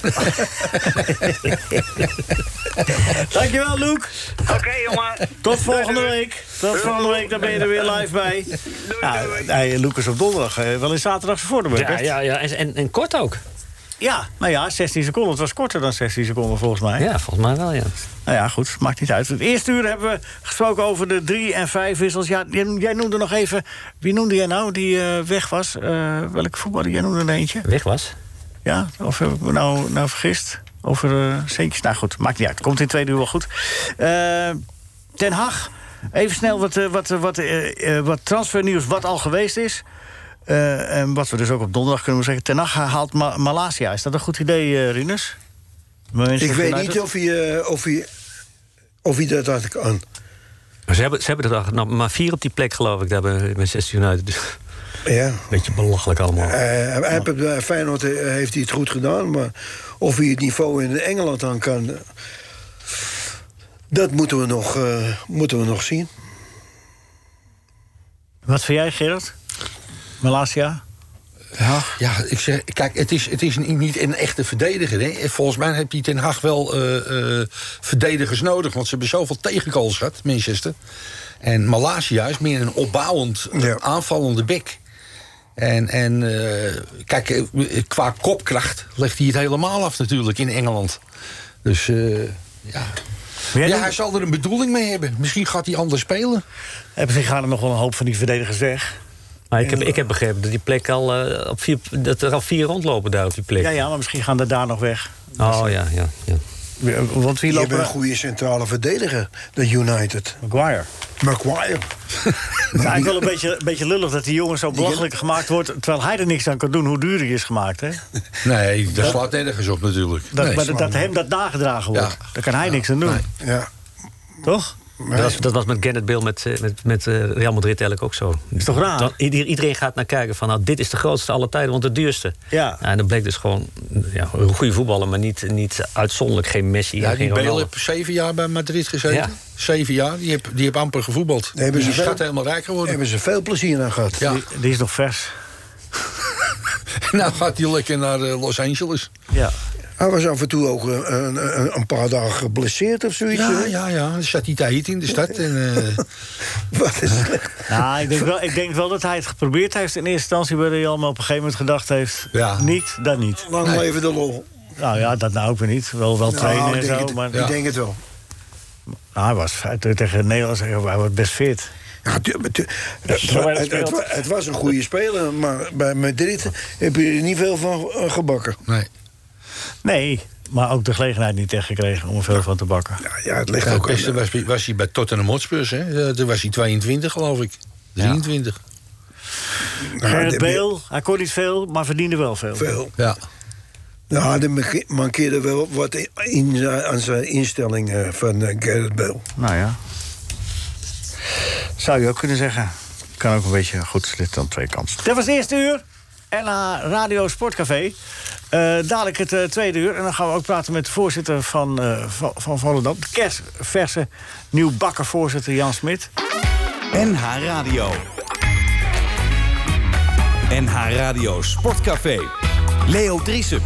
S3: Dankjewel, Luc.
S8: Oké, jongen.
S3: Tot volgende week. Tot volgende week, dan ben je er weer live bij. Ja, Luc is op donderdag wel in zaterdag voor
S4: Ja. En kort ook.
S3: Ja, nou ja, 16 seconden. Het was korter dan 16 seconden volgens mij.
S4: Ja, volgens mij wel, ja.
S3: Nou ja, goed, maakt niet uit. Het eerste uur hebben we gesproken over de 3 en 5 wissels. Ja, jij noemde nog even... Wie noemde jij nou die weg was? Welke voetballer? Jij noemde er eentje.
S4: Weg was.
S3: Ja, of heb ik me nou vergist? Over centjes? Nou goed, maakt niet uit. Komt in tweede uur wel goed. Ten Hag. Even snel wat transfernieuws wat al geweest is. En wat we dus ook op donderdag kunnen zeggen. Ten Hag haalt Malasia. Is dat een goed idee, Rinus?
S6: Ik weet niet of hij dat had kan.
S4: Maar ze hebben er nog maar 4 op die plek, geloof ik, daar bij Manchester United. Dus
S6: Ja.
S4: beetje belachelijk allemaal.
S6: Bij Feyenoord heeft hij het goed gedaan. Maar of hij het niveau in Engeland aan kan... dat moeten we nog zien.
S3: Wat vind jij, Gerard? Malasia?
S5: Ja, ik zeg, kijk, het is niet een echte verdediger. Hè. Volgens mij heeft die Ten Hag wel verdedigers nodig. Want ze hebben zoveel tegengoals gehad, Manchester. En Malasia is meer een opbouwend, aanvallende bek. En kijk, qua kopkracht legt hij het helemaal af natuurlijk in Engeland. Dus ja... Ja, hij zal er een bedoeling mee hebben. Misschien gaat hij anders spelen.
S3: En misschien gaan er nog wel een hoop van die verdedigers weg.
S4: Maar ik heb begrepen dat die plek al dat er al 4 rondlopen daar op die plek.
S3: Ja, maar misschien gaan er daar nog weg.
S4: Oh ja.
S3: Want wie
S6: Die
S3: loopt
S6: hebben een goede centrale verdediger, de United.
S3: Maguire.
S6: Maguire.
S3: Het is eigenlijk wel een beetje lullig dat die jongen zo belachelijk gemaakt wordt, terwijl hij er niks aan kan doen hoe duur hij is gemaakt, hè?
S5: Nee, dat slaat nergens op natuurlijk.
S3: Dat hem dat nagedragen wordt.
S5: Ja.
S3: Daar kan hij niks aan doen.
S5: Nee.
S6: Ja.
S3: Toch?
S4: Dat was met Gareth Bale met Real Madrid eigenlijk ook zo.
S3: Is toch raar?
S4: Iedereen gaat naar kijken van, nou, dit is de grootste aller tijden, want de duurste.
S3: Ja.
S4: En dat bleek dus gewoon een goede voetballer, maar niet uitzonderlijk. Geen Messi,
S5: Ja,
S4: geen
S5: die Bale
S4: Ronaldo.
S5: heeft 7 jaar bij Madrid gezeten.
S4: Ja.
S5: 7 jaar, die heeft amper gevoetbald.
S6: Hebben ze
S5: Die
S6: veel-
S5: gaat helemaal rijk geworden.
S6: Hebben ze veel plezier aan gehad.
S5: Ja.
S3: Die is nog vers.
S5: Nou gaat hij lekker naar Los Angeles.
S3: Ja.
S6: Hij was af en toe ook een paar dagen geblesseerd of zoiets.
S5: Ja. Dan zat hij te eten in de stad. En,
S6: Wat is slecht.
S3: Nou, ik denk wel dat hij het geprobeerd heeft in eerste instantie bij Real, maar op een gegeven moment gedacht heeft,
S5: Ja.
S3: niet, dan niet.
S6: Lang leven de lol.
S3: Nou ja, dat nou ook weer niet. Wel trainen en
S6: ik
S3: zo,
S6: denk
S3: maar
S6: ik denk het wel.
S3: nou, hij was tegen Nederland, hij was best fit.
S6: Ja, het was een goede speler, maar bij Madrid heb je er niet veel van gebakken.
S5: nee.
S3: Nee, maar ook de gelegenheid niet echt gekregen om er veel van te bakken.
S6: Ja, het ligt
S5: Ja, het
S6: ook
S5: beste was hij bij Tottenham Hotspurs. Hè. Toen was hij 22, geloof ik. 23.
S3: Gareth Bale, hij kon niet veel, maar verdiende wel veel.
S6: veel.
S5: Ja.
S6: Nou, er mankeerde wel wat aan zijn instelling van Gareth Bale.
S3: Nou ja. Zou je ook kunnen zeggen. Kan ook een beetje goed slitten aan twee kanten. Dat was het eerste uur. NH Radio Sportcafé. Dadelijk het tweede uur. En dan gaan we ook praten met de voorzitter van Volendam. De kerstverse nieuwbakken voorzitter Jan Smit.
S2: NH Radio. NH Radio Sportcafé. Leo Driessen.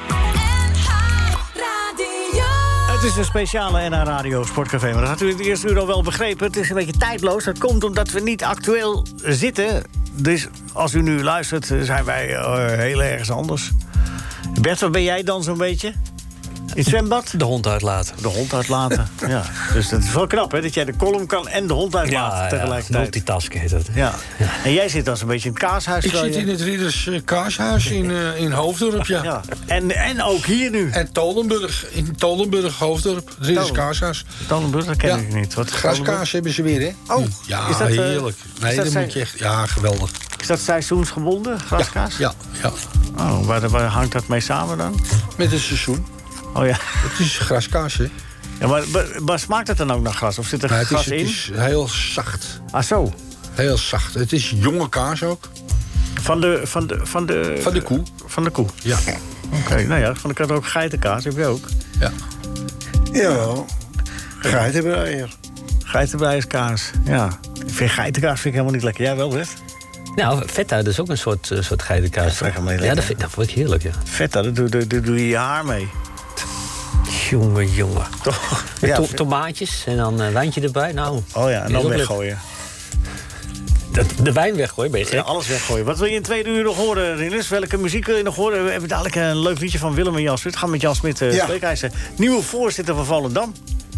S3: Het is een speciale NH Radio Sportcafé. Maar dat had u in het eerste uur al wel begrepen. Het is een beetje tijdloos. Dat komt omdat we niet actueel zitten. Dus als u nu luistert, zijn wij heel ergens anders. Bert, wat ben jij dan zo'n beetje? In het zwembad?
S4: De hond uitlaten.
S3: De hond uitlaten, ja. Dus dat is wel knap, hè? Dat jij de column kan en de hond uitlaten tegelijkertijd.
S4: Multitasking heet dat.
S3: Ja. En jij zit als een beetje in het kaashuis.
S5: Ik zit in het Ridders Kaashuis in Hoofddorp, ja.
S3: Ja. En ook hier nu.
S5: En Tolenburg, in Tolenburg, Hoofddorp. Ridders Kaashuis.
S3: Tolenburg, dat ken ik niet. Wat
S5: Graskaas hebben ze weer, hè?
S3: Oh,
S5: ja,
S3: is dat,
S5: heerlijk. Nee,
S3: dat
S5: dat moet je echt... Ja, geweldig.
S3: Is dat seizoensgebonden, graskaas?
S5: Ja.
S3: Oh, waar hangt dat mee samen dan?
S5: Met het seizoen.
S3: Oh ja.
S5: Het is graskaas, hè?
S3: Ja, maar smaakt het dan ook naar gras? Of zit er
S5: Maar
S3: gras
S5: het
S3: in?
S5: is heel zacht.
S3: Ah, zo.
S5: Heel zacht. Het is jonge kaas ook.
S3: Van de
S5: koe.
S3: Van de koe.
S5: Ja.
S3: Oké, nou ja, van de kat ook geitenkaas, heb je ook.
S5: Ja.
S6: Ja, geitenbreier.
S3: Geitenbreierskaas, ja. Ik vind geitenkaas vind ik helemaal niet lekker. Jij wel, Bert?
S4: Nou, feta, dat is ook een soort geitenkaas.
S3: Ja, dat
S4: Ja, dat vond ik heerlijk, ja.
S3: Feta, daar doe je je haar mee.
S4: Jongen.
S3: Toch?
S4: Met
S3: Ja,
S4: tomaatjes en dan een wijntje erbij. Nou,
S3: oh ja, en dan weggooien.
S4: de wijn weggooien, ben je
S3: Ja,
S4: gek?
S3: alles weggooien. Wat wil je in het tweede uur nog horen, Rinus? Welke muziek wil je nog horen? We hebben dadelijk een leuk liedje van Willem en Jan Smit. Gaan we met Jan Smit spreken. Hij is de nieuwe voorzitter van Volendam.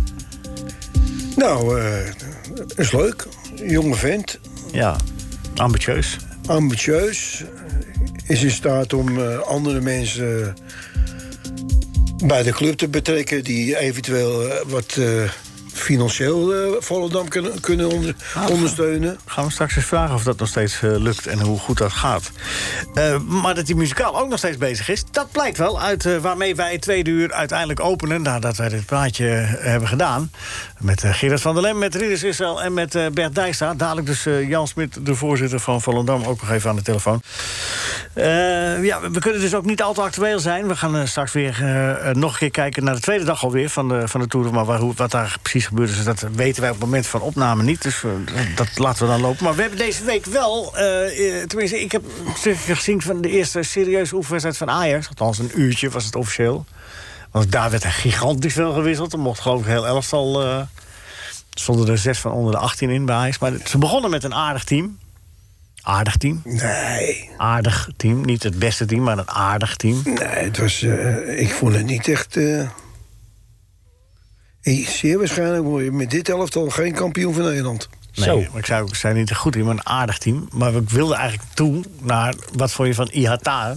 S6: Nou, is leuk. Jonge vent.
S3: Ja, ambitieus.
S6: Ambitieus. Is in staat om andere mensen bij de club te betrekken die eventueel wat financieel Volendam kunnen ondersteunen.
S3: Gaan we straks eens vragen of dat nog steeds lukt en hoe goed dat gaat. Maar dat hij muzikaal ook nog steeds bezig is, dat blijkt wel uit waarmee wij het tweede uur uiteindelijk openen. Nadat wij dit praatje hebben gedaan. Met Gerard van der Lem, met Rinus Israël en met Bert Dijkstra. Dadelijk dus Jan Smit, de voorzitter van Volendam, ook nog even aan de telefoon. Ja, we kunnen dus ook niet al te actueel zijn. We gaan straks weer nog een keer kijken naar de tweede dag alweer van de Tour. Maar wat daar precies gebeurd is, dat weten wij op het moment van opname niet. Dus dat laten we dan lopen. Maar we hebben deze week wel, tenminste, ik heb een stukje gezien van de eerste serieuze oefenwedstrijd van Ajax. Althans, een uurtje was het officieel. Want daar werd er gigantisch veel gewisseld. Er mocht geloof ik heel elftal. Er stonden er 6 van onder de 18 in bij Ajax. Maar ze begonnen met een aardig team. Aardig team?
S6: Nee.
S3: Aardig team. Niet het beste team, maar een aardig team.
S6: Nee, het was... ik vond het niet echt... Zeer waarschijnlijk word je met dit elftal geen kampioen van Nederland.
S3: Nee, maar ik zei niet een goed team, maar een aardig team. Maar ik wilde eigenlijk toe naar... Wat vond je van Ihata?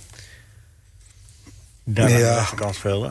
S3: Daar aan de rechterkant speelde.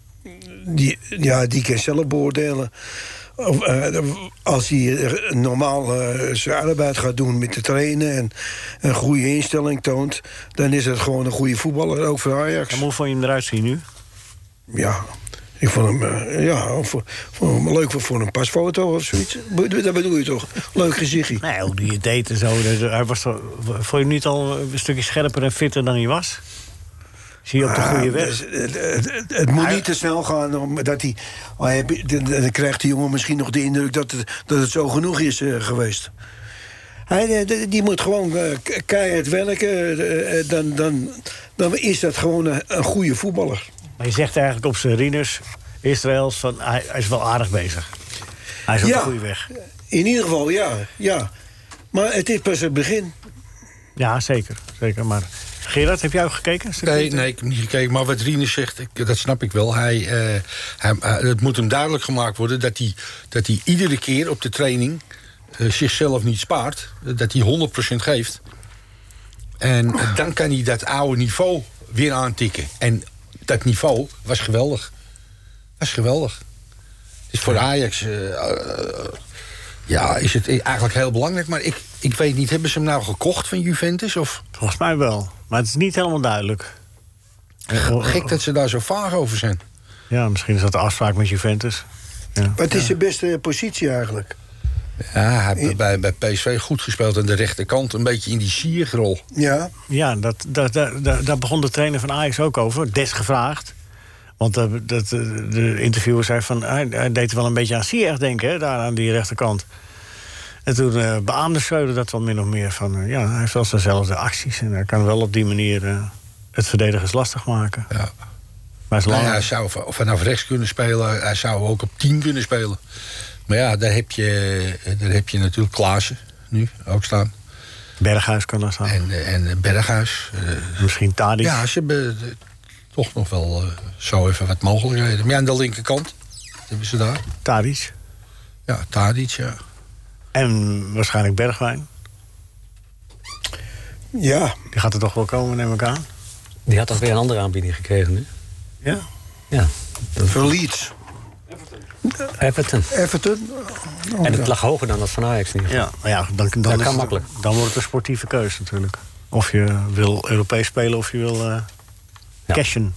S6: Die kan zelf beoordelen. Als hij normaal zijn arbeid gaat doen met te trainen... en een goede instelling toont... dan is het gewoon een goede voetballer, ook voor Ajax.
S3: En hoe vond je hem eruit zien nu?
S6: Ja, ik vond hem, vond hem leuk voor een pasfoto of zoiets. Dat bedoel je toch? Leuk gezichtje.
S3: Nee, hoe die het deed en zo. Hij was toch, vond je hem niet al een stukje scherper en fitter dan hij was? Zie je op de goede weg?
S6: Het moet niet te snel gaan. Omdat dan krijgt die jongen misschien nog de indruk dat het zo genoeg is geweest. Die moet gewoon keihard werken. Dan is dat gewoon een goede voetballer.
S3: Maar je zegt eigenlijk op zijn Rinus, Israëls, van hij is wel aardig bezig. Hij is op de goede weg.
S6: In ieder geval, ja. Maar het is pas het begin.
S3: Ja, zeker. Maar Gerard, heb jij ook gekeken?
S5: Nee, ik heb niet gekeken. Maar wat Rinus zegt, dat snap ik wel. Het moet hem duidelijk gemaakt worden dat hij iedere keer op de training zichzelf niet spaart. Dat hij 100% geeft. En dan kan hij dat oude niveau weer aantikken. En dat niveau was geweldig. Het is voor Ajax is het eigenlijk heel belangrijk. Maar ik weet niet, hebben ze hem nou gekocht van Juventus? Of?
S3: Volgens mij wel. Maar het is niet helemaal duidelijk.
S5: Gek dat ze daar zo vaag over zijn.
S3: Ja, misschien is dat de afspraak met Juventus. Ja.
S6: Maar het is zijn beste positie eigenlijk.
S5: Ja, hij heeft bij PSV goed gespeeld aan de rechterkant. Een beetje in die sierrol.
S3: Ja, daar begon de trainer van Ajax ook over. Desgevraagd. Want de interviewer zei van... Hij deed wel een beetje aan Ziyech denken, hè, daar aan die rechterkant. En toen beaamde Schreuder dat wel min of meer van... hij heeft wel zijnzelfde acties. En hij kan wel op die manier het verdedigers lastig maken.
S5: Ja.
S3: Maar
S5: hij zou vanaf rechts kunnen spelen. Hij zou ook op 10 kunnen spelen. Maar ja, daar heb je natuurlijk Klaassen nu ook staan.
S3: Berghuis kan daar staan.
S5: En Berghuis.
S3: Misschien Tadic.
S5: Ja, ze hebben toch nog wel zo even wat mogelijkheden. Maar ja, aan de linkerkant hebben ze daar.
S3: Tadic.
S5: Ja, Tadic, ja.
S3: En waarschijnlijk Bergwijn.
S6: Ja.
S3: Die gaat er toch wel komen, neem ik aan.
S4: Die had toch weer een andere aanbieding gekregen nu?
S3: Ja?
S4: Ja.
S6: Voor Leeds.
S4: Everton.
S6: Oh,
S4: en het lag hoger dan dat van Ajax niet.
S3: Ja, maar ja, dan
S4: kan makkelijk.
S3: Dan wordt het een sportieve keuze natuurlijk. Of je wil Europees spelen of je wil cashen.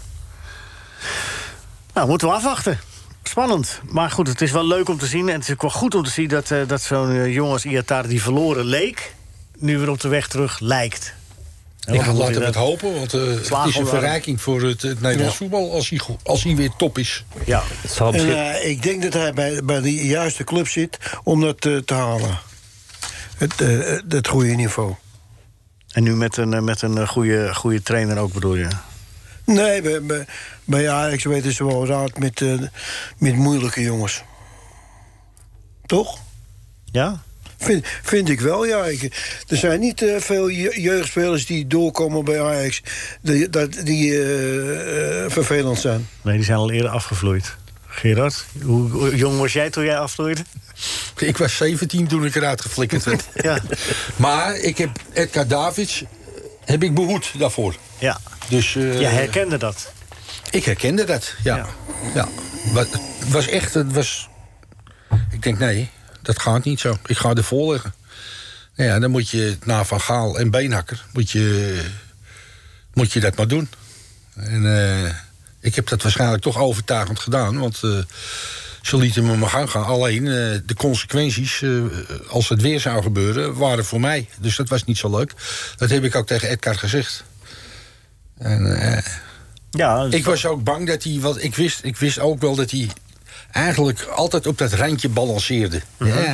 S3: Nou, moeten we afwachten. Spannend. Maar goed, het is wel leuk om te zien. En het is ook wel goed om te zien dat zo'n jongen als Iatare die verloren leek... nu weer op de weg terug lijkt.
S5: Ja, laten we het hopen, want het is een verrijking voor het Nederlands voetbal als hij weer top is.
S3: Ja.
S6: En, ik denk dat hij bij de juiste club zit om dat te halen. Het goede niveau.
S3: En nu met een goede trainer ook, bedoel je?
S6: Nee, bij Ajax weten ze wel raad met moeilijke jongens. Toch?
S3: Ja?
S6: Vind ik wel, ja. Er zijn niet veel jeugdspelers die doorkomen bij Ajax... die vervelend zijn.
S3: Nee, die zijn al eerder afgevloeid. Gerard, hoe jong was jij toen jij afvloeide?
S5: Ik was 17 toen ik eruit geflikkerd werd.
S3: Ja.
S5: Maar ik heb Edgar Davids behoed daarvoor.
S3: Ja.
S5: Dus,
S3: jij herkende dat?
S5: Ik herkende dat, ja. Maar het was echt... Ik denk, nee... Dat gaat niet zo. Ik ga ervoor liggen. Nou ja, dan moet je na Van Gaal en Beenhakker... moet je dat maar doen. En ik heb dat waarschijnlijk toch overtuigend gedaan. Want ze lieten me maar gaan. Alleen de consequenties, als het weer zou gebeuren... waren voor mij. Dus dat was niet zo leuk. Dat heb ik ook tegen Edgar gezegd. En ik was ook bang dat hij... Want ik wist ook wel dat hij... eigenlijk altijd op dat randje balanceerde.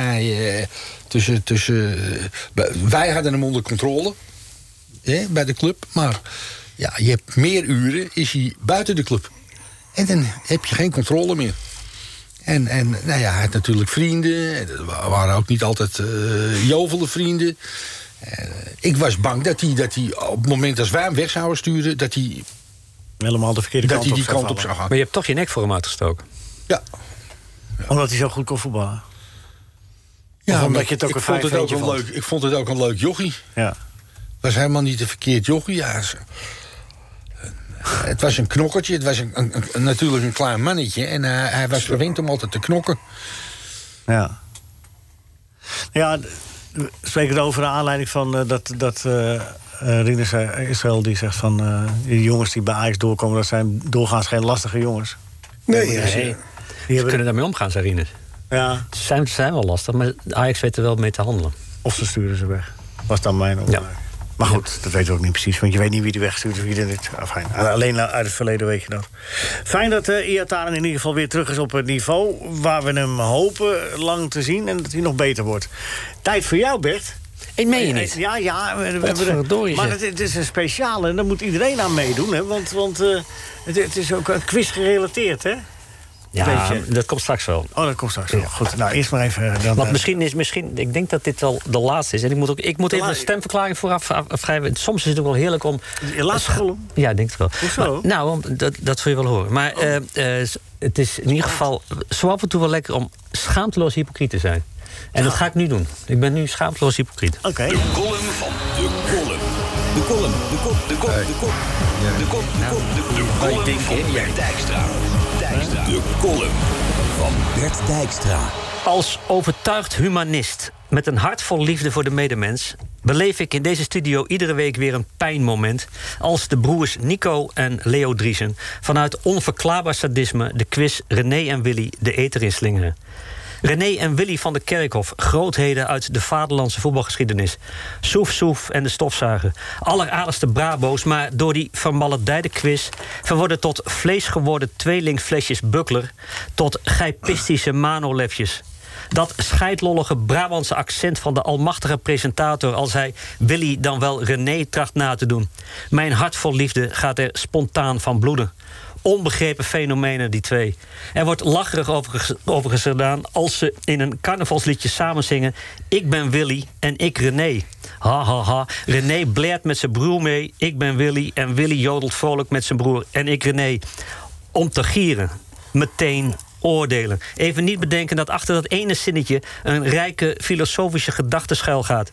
S5: Wij hadden hem onder controle bij de club. Maar ja, je hebt meer uren, is hij buiten de club. En dan heb je geen controle meer. En nou ja, hij had natuurlijk vrienden. Het waren ook niet altijd jovele vrienden. Ik was bang dat hij op het moment als wij hem weg zouden sturen... dat hij
S3: helemaal de verkeerde kant op zou
S5: gaan.
S4: Maar je hebt toch je nek voor hem uitgestoken.
S5: Ja.
S3: Omdat hij zo goed kon voetballen?
S5: Ja,
S3: omdat je het ook
S5: ik vond het ook een leuk jochie.
S3: Ja.
S5: Was helemaal niet een verkeerd jochie. Ja, het was een knokkertje. Het was natuurlijk een klein mannetje. En hij was gewend om altijd te knokken.
S3: Ja. Ja, we spreken het over de aanleiding van dat Rinus Israël die zegt van... die jongens die bij Ajax doorkomen, dat zijn doorgaans geen lastige jongens.
S4: Ze kunnen daarmee omgaan, zei Rinus.
S3: Ja.
S4: Ze zijn wel lastig, maar Ajax weet er wel mee te handelen.
S3: Of ze sturen ze weg. Was dan mijn opmerking. Ja. Maar goed, dat weten we ook niet precies. Want je weet niet wie die wegstuurt of wie er niet. Alleen uit het verleden weet je dat. Fijn dat Iataren in ieder geval weer terug is op het niveau... waar we hem hopen lang te zien en dat hij nog beter wordt. Tijd voor jou, Bert.
S4: Ik meen je niet.
S3: Ja. Maar het is een speciale en daar moet iedereen aan meedoen. Hè? Want het is ook quiz gerelateerd, hè?
S4: Ja, dat komt straks wel.
S3: Oh, dat komt straks wel. Ja. Goed, nou eerst maar even...
S4: Want misschien, ik denk dat dit wel de laatste is. En ik moet even een stemverklaring vooraf afschrijven. Soms is het ook wel heerlijk om...
S3: Je laatste column?
S4: Ja, ik denk het wel.
S3: Hoezo?
S4: Maar, nou, dat zul je wel horen. Maar het is in ieder geval zo af en toe wel lekker om schaamteloos hypocriet te zijn. En dat ga ik nu doen. Ik ben nu schaamteloos hypocriet.
S3: Oké.
S2: De column van de column. De column van Bert Dijkstra. De column van Bert Dijkstra.
S4: Als overtuigd humanist met een hart vol liefde voor de medemens... beleef ik in deze studio iedere week weer een pijnmoment... als de broers Nico en Leo Driesen... vanuit onverklaarbaar sadisme de quiz René en Willy de eter inslingeren. René en Willy van de Kerkhof, grootheden uit de vaderlandse voetbalgeschiedenis. Soef Soef en de stofzuiger. Alleraardigste Brabo's, maar door die vermaledijde quiz... verworden tot vleesgeworden tweelingflesjes Buckler... tot geipistische manolefjes. Dat scheidlollige Brabantse accent van de almachtige presentator... als hij Willy dan wel René tracht na te doen. Mijn hart vol liefde gaat er spontaan van bloeden. Onbegrepen fenomenen, die twee. Er wordt lacherig over gedaan als ze in een carnavalsliedje samen zingen... Ik ben Willy en ik René. Ha, ha, ha. René blaert met zijn broer mee. Ik ben Willy en Willy jodelt vrolijk met zijn broer en ik René. Om te gieren. Meteen oordelen. Even niet bedenken dat achter dat ene zinnetje... een rijke filosofische gedachte schuil gaat.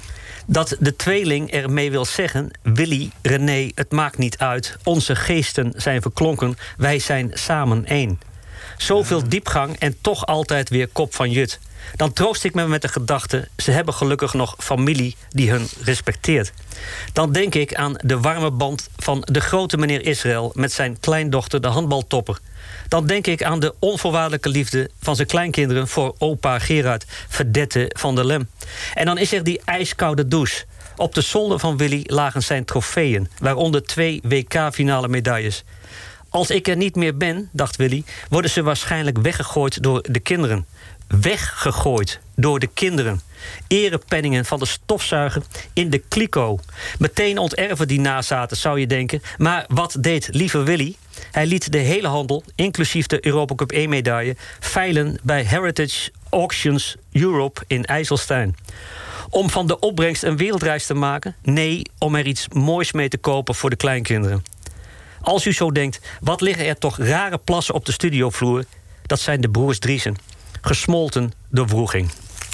S4: Dat de tweeling ermee wil zeggen... Willy, René, het maakt niet uit. Onze geesten zijn verklonken. Wij zijn samen één. Zoveel diepgang en toch altijd weer kop van jut. Dan troost ik me met de gedachte... ze hebben gelukkig nog familie die hun respecteert. Dan denk ik aan de warme band van de grote meneer Israël... met zijn kleindochter, de handbaltopper. Dan denk ik aan de onvoorwaardelijke liefde van zijn kleinkinderen... voor opa Gerard, verdette van der Lem. En dan is er die ijskoude douche. Op de zolder van Willy lagen zijn trofeeën... waaronder 2 WK-finale medailles. Als ik er niet meer ben, dacht Willy... worden ze waarschijnlijk weggegooid door de kinderen. Weggegooid door de kinderen. Erepenningen van de stofzuiger in de kliko. Meteen onterven die nazaten, zou je denken. Maar wat deed lieve Willy? Hij liet de hele handel, inclusief de Europa Cup 1-medaille... veilen bij Heritage Auctions Europe in IJsselstein. Om van de opbrengst een wereldreis te maken? Nee, om er iets moois mee te kopen voor de kleinkinderen. Als u zo denkt, wat liggen er toch rare plassen op de studiovloer? Dat zijn de broers Driesen. Gesmolten door wroeging.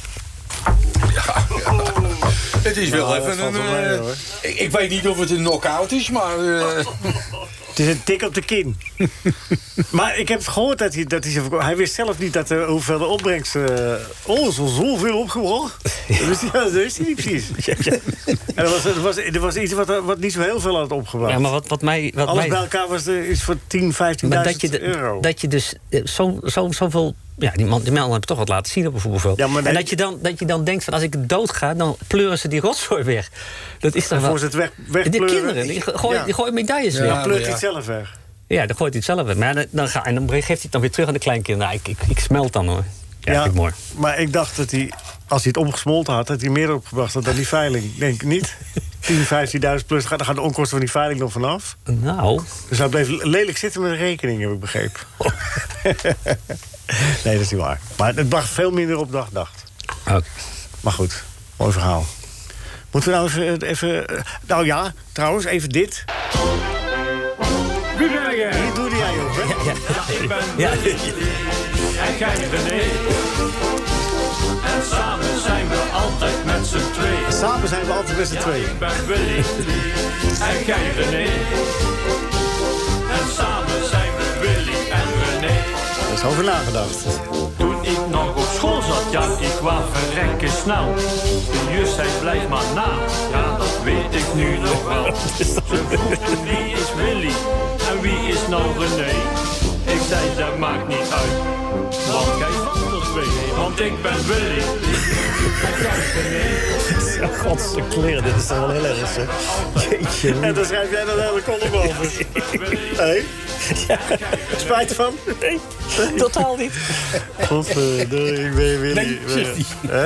S5: Ja. Het is wel even een... ik weet niet of het een knock-out is, maar...
S3: Het is een tik op de kin. Maar ik heb gehoord dat hij wist zelf niet dat hoeveel de opbrengst... zoveel opgebracht. Dat wist hij niet precies. En er was iets wat niet zo heel veel had opgebracht.
S4: Ja, maar wat mij...
S3: Alles bij elkaar was iets voor 10.000, 15.000 euro.
S4: Dat je dus zoveel... Ja, die man heeft toch wat laten zien op een voetbalveld. Ja, en dat je dan denkt van als ik dood ga, dan pleuren ze die rotzooi weg. Dat is toch wel...
S3: Voor ze het wegpleuren.
S4: De kinderen, die gooien medailles weg.
S3: Dan pleurt hij het zelf weg.
S4: Ja, dan gooit hij het zelf weg. Maar dan geeft hij het dan weer terug aan de kleinkinderen. Nou, ik smelt dan hoor. Ja, vind ik mooi. Maar
S3: ik dacht dat hij, als hij het opgesmolten had, dat hij meer opgebracht had dan die veiling. Denk ik niet. 10.000, 15.000 plus, dan gaan de onkosten van die veiling nog vanaf.
S4: Nou.
S3: Dus hij bleef lelijk zitten met een rekening, heb ik begrepen. Nee, dat is niet waar. Maar het bracht veel minder op dag, dacht.
S4: Okay.
S3: Maar goed, mooi verhaal. Moeten we nou even... Nou ja, trouwens, even dit. Hier doe jij ook, hè?
S4: Ja.
S9: en jij René. En samen zijn we altijd met z'n tweeën.
S3: Samen zijn we altijd met z'n tweeën.
S9: Ik ben Willy en jij René. En samen zijn we Willy en René.
S3: Daar is over nagedacht.
S9: Toen ik nog op school zat, ja, ik wou verrekken snel. De juf zei, blijf maar na. Ja, dat weet ik nu nog wel. Ze vroegen, wie is Willy en wie is nou René? Ik zei, dat maakt niet uit, want jij valt er twee. Want ik ben Willy en jij René.
S4: Godse kleren, dit is toch wel heel erg, hè? Jeetje.
S3: En dan schrijf jij dan een hele column over. Hé? Ja. Spijt van?
S4: Nee, totaal niet.
S3: Godverdomme, ik ben Willy.
S5: Nee, zegt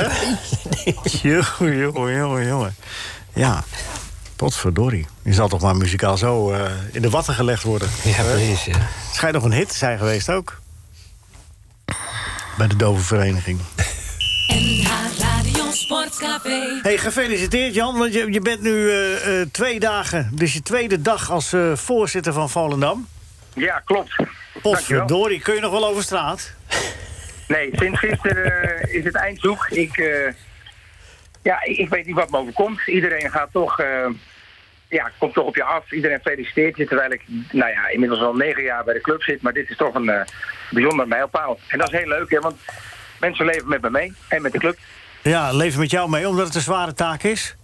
S5: hij.
S3: Jongen. Ja, potverdorie. Je zal toch maar muzikaal zo in de watten gelegd worden.
S4: Ja, precies, ja.
S3: Het schijnt nog een hit te zijn geweest ook. Bij de Dovenvereniging.
S1: NH Radio Sportcafé.
S3: Hey, gefeliciteerd Jan, want je bent nu 2 dagen... dus je tweede dag als voorzitter van Volendam.
S10: Ja, klopt.
S3: Potverdorie, kun je nog wel over straat?
S10: Nee, sinds gisteren is het eindzoek. Ik weet niet wat me overkomt. Iedereen gaat toch... komt toch op je af. Iedereen feliciteert je, terwijl ik inmiddels al 9 jaar bij de club zit. Maar dit is toch een bijzonder mijlpaal. En dat is heel leuk, hè, want mensen leven met me mee en met de club.
S3: Ja, leven met jou mee, omdat het een zware taak is?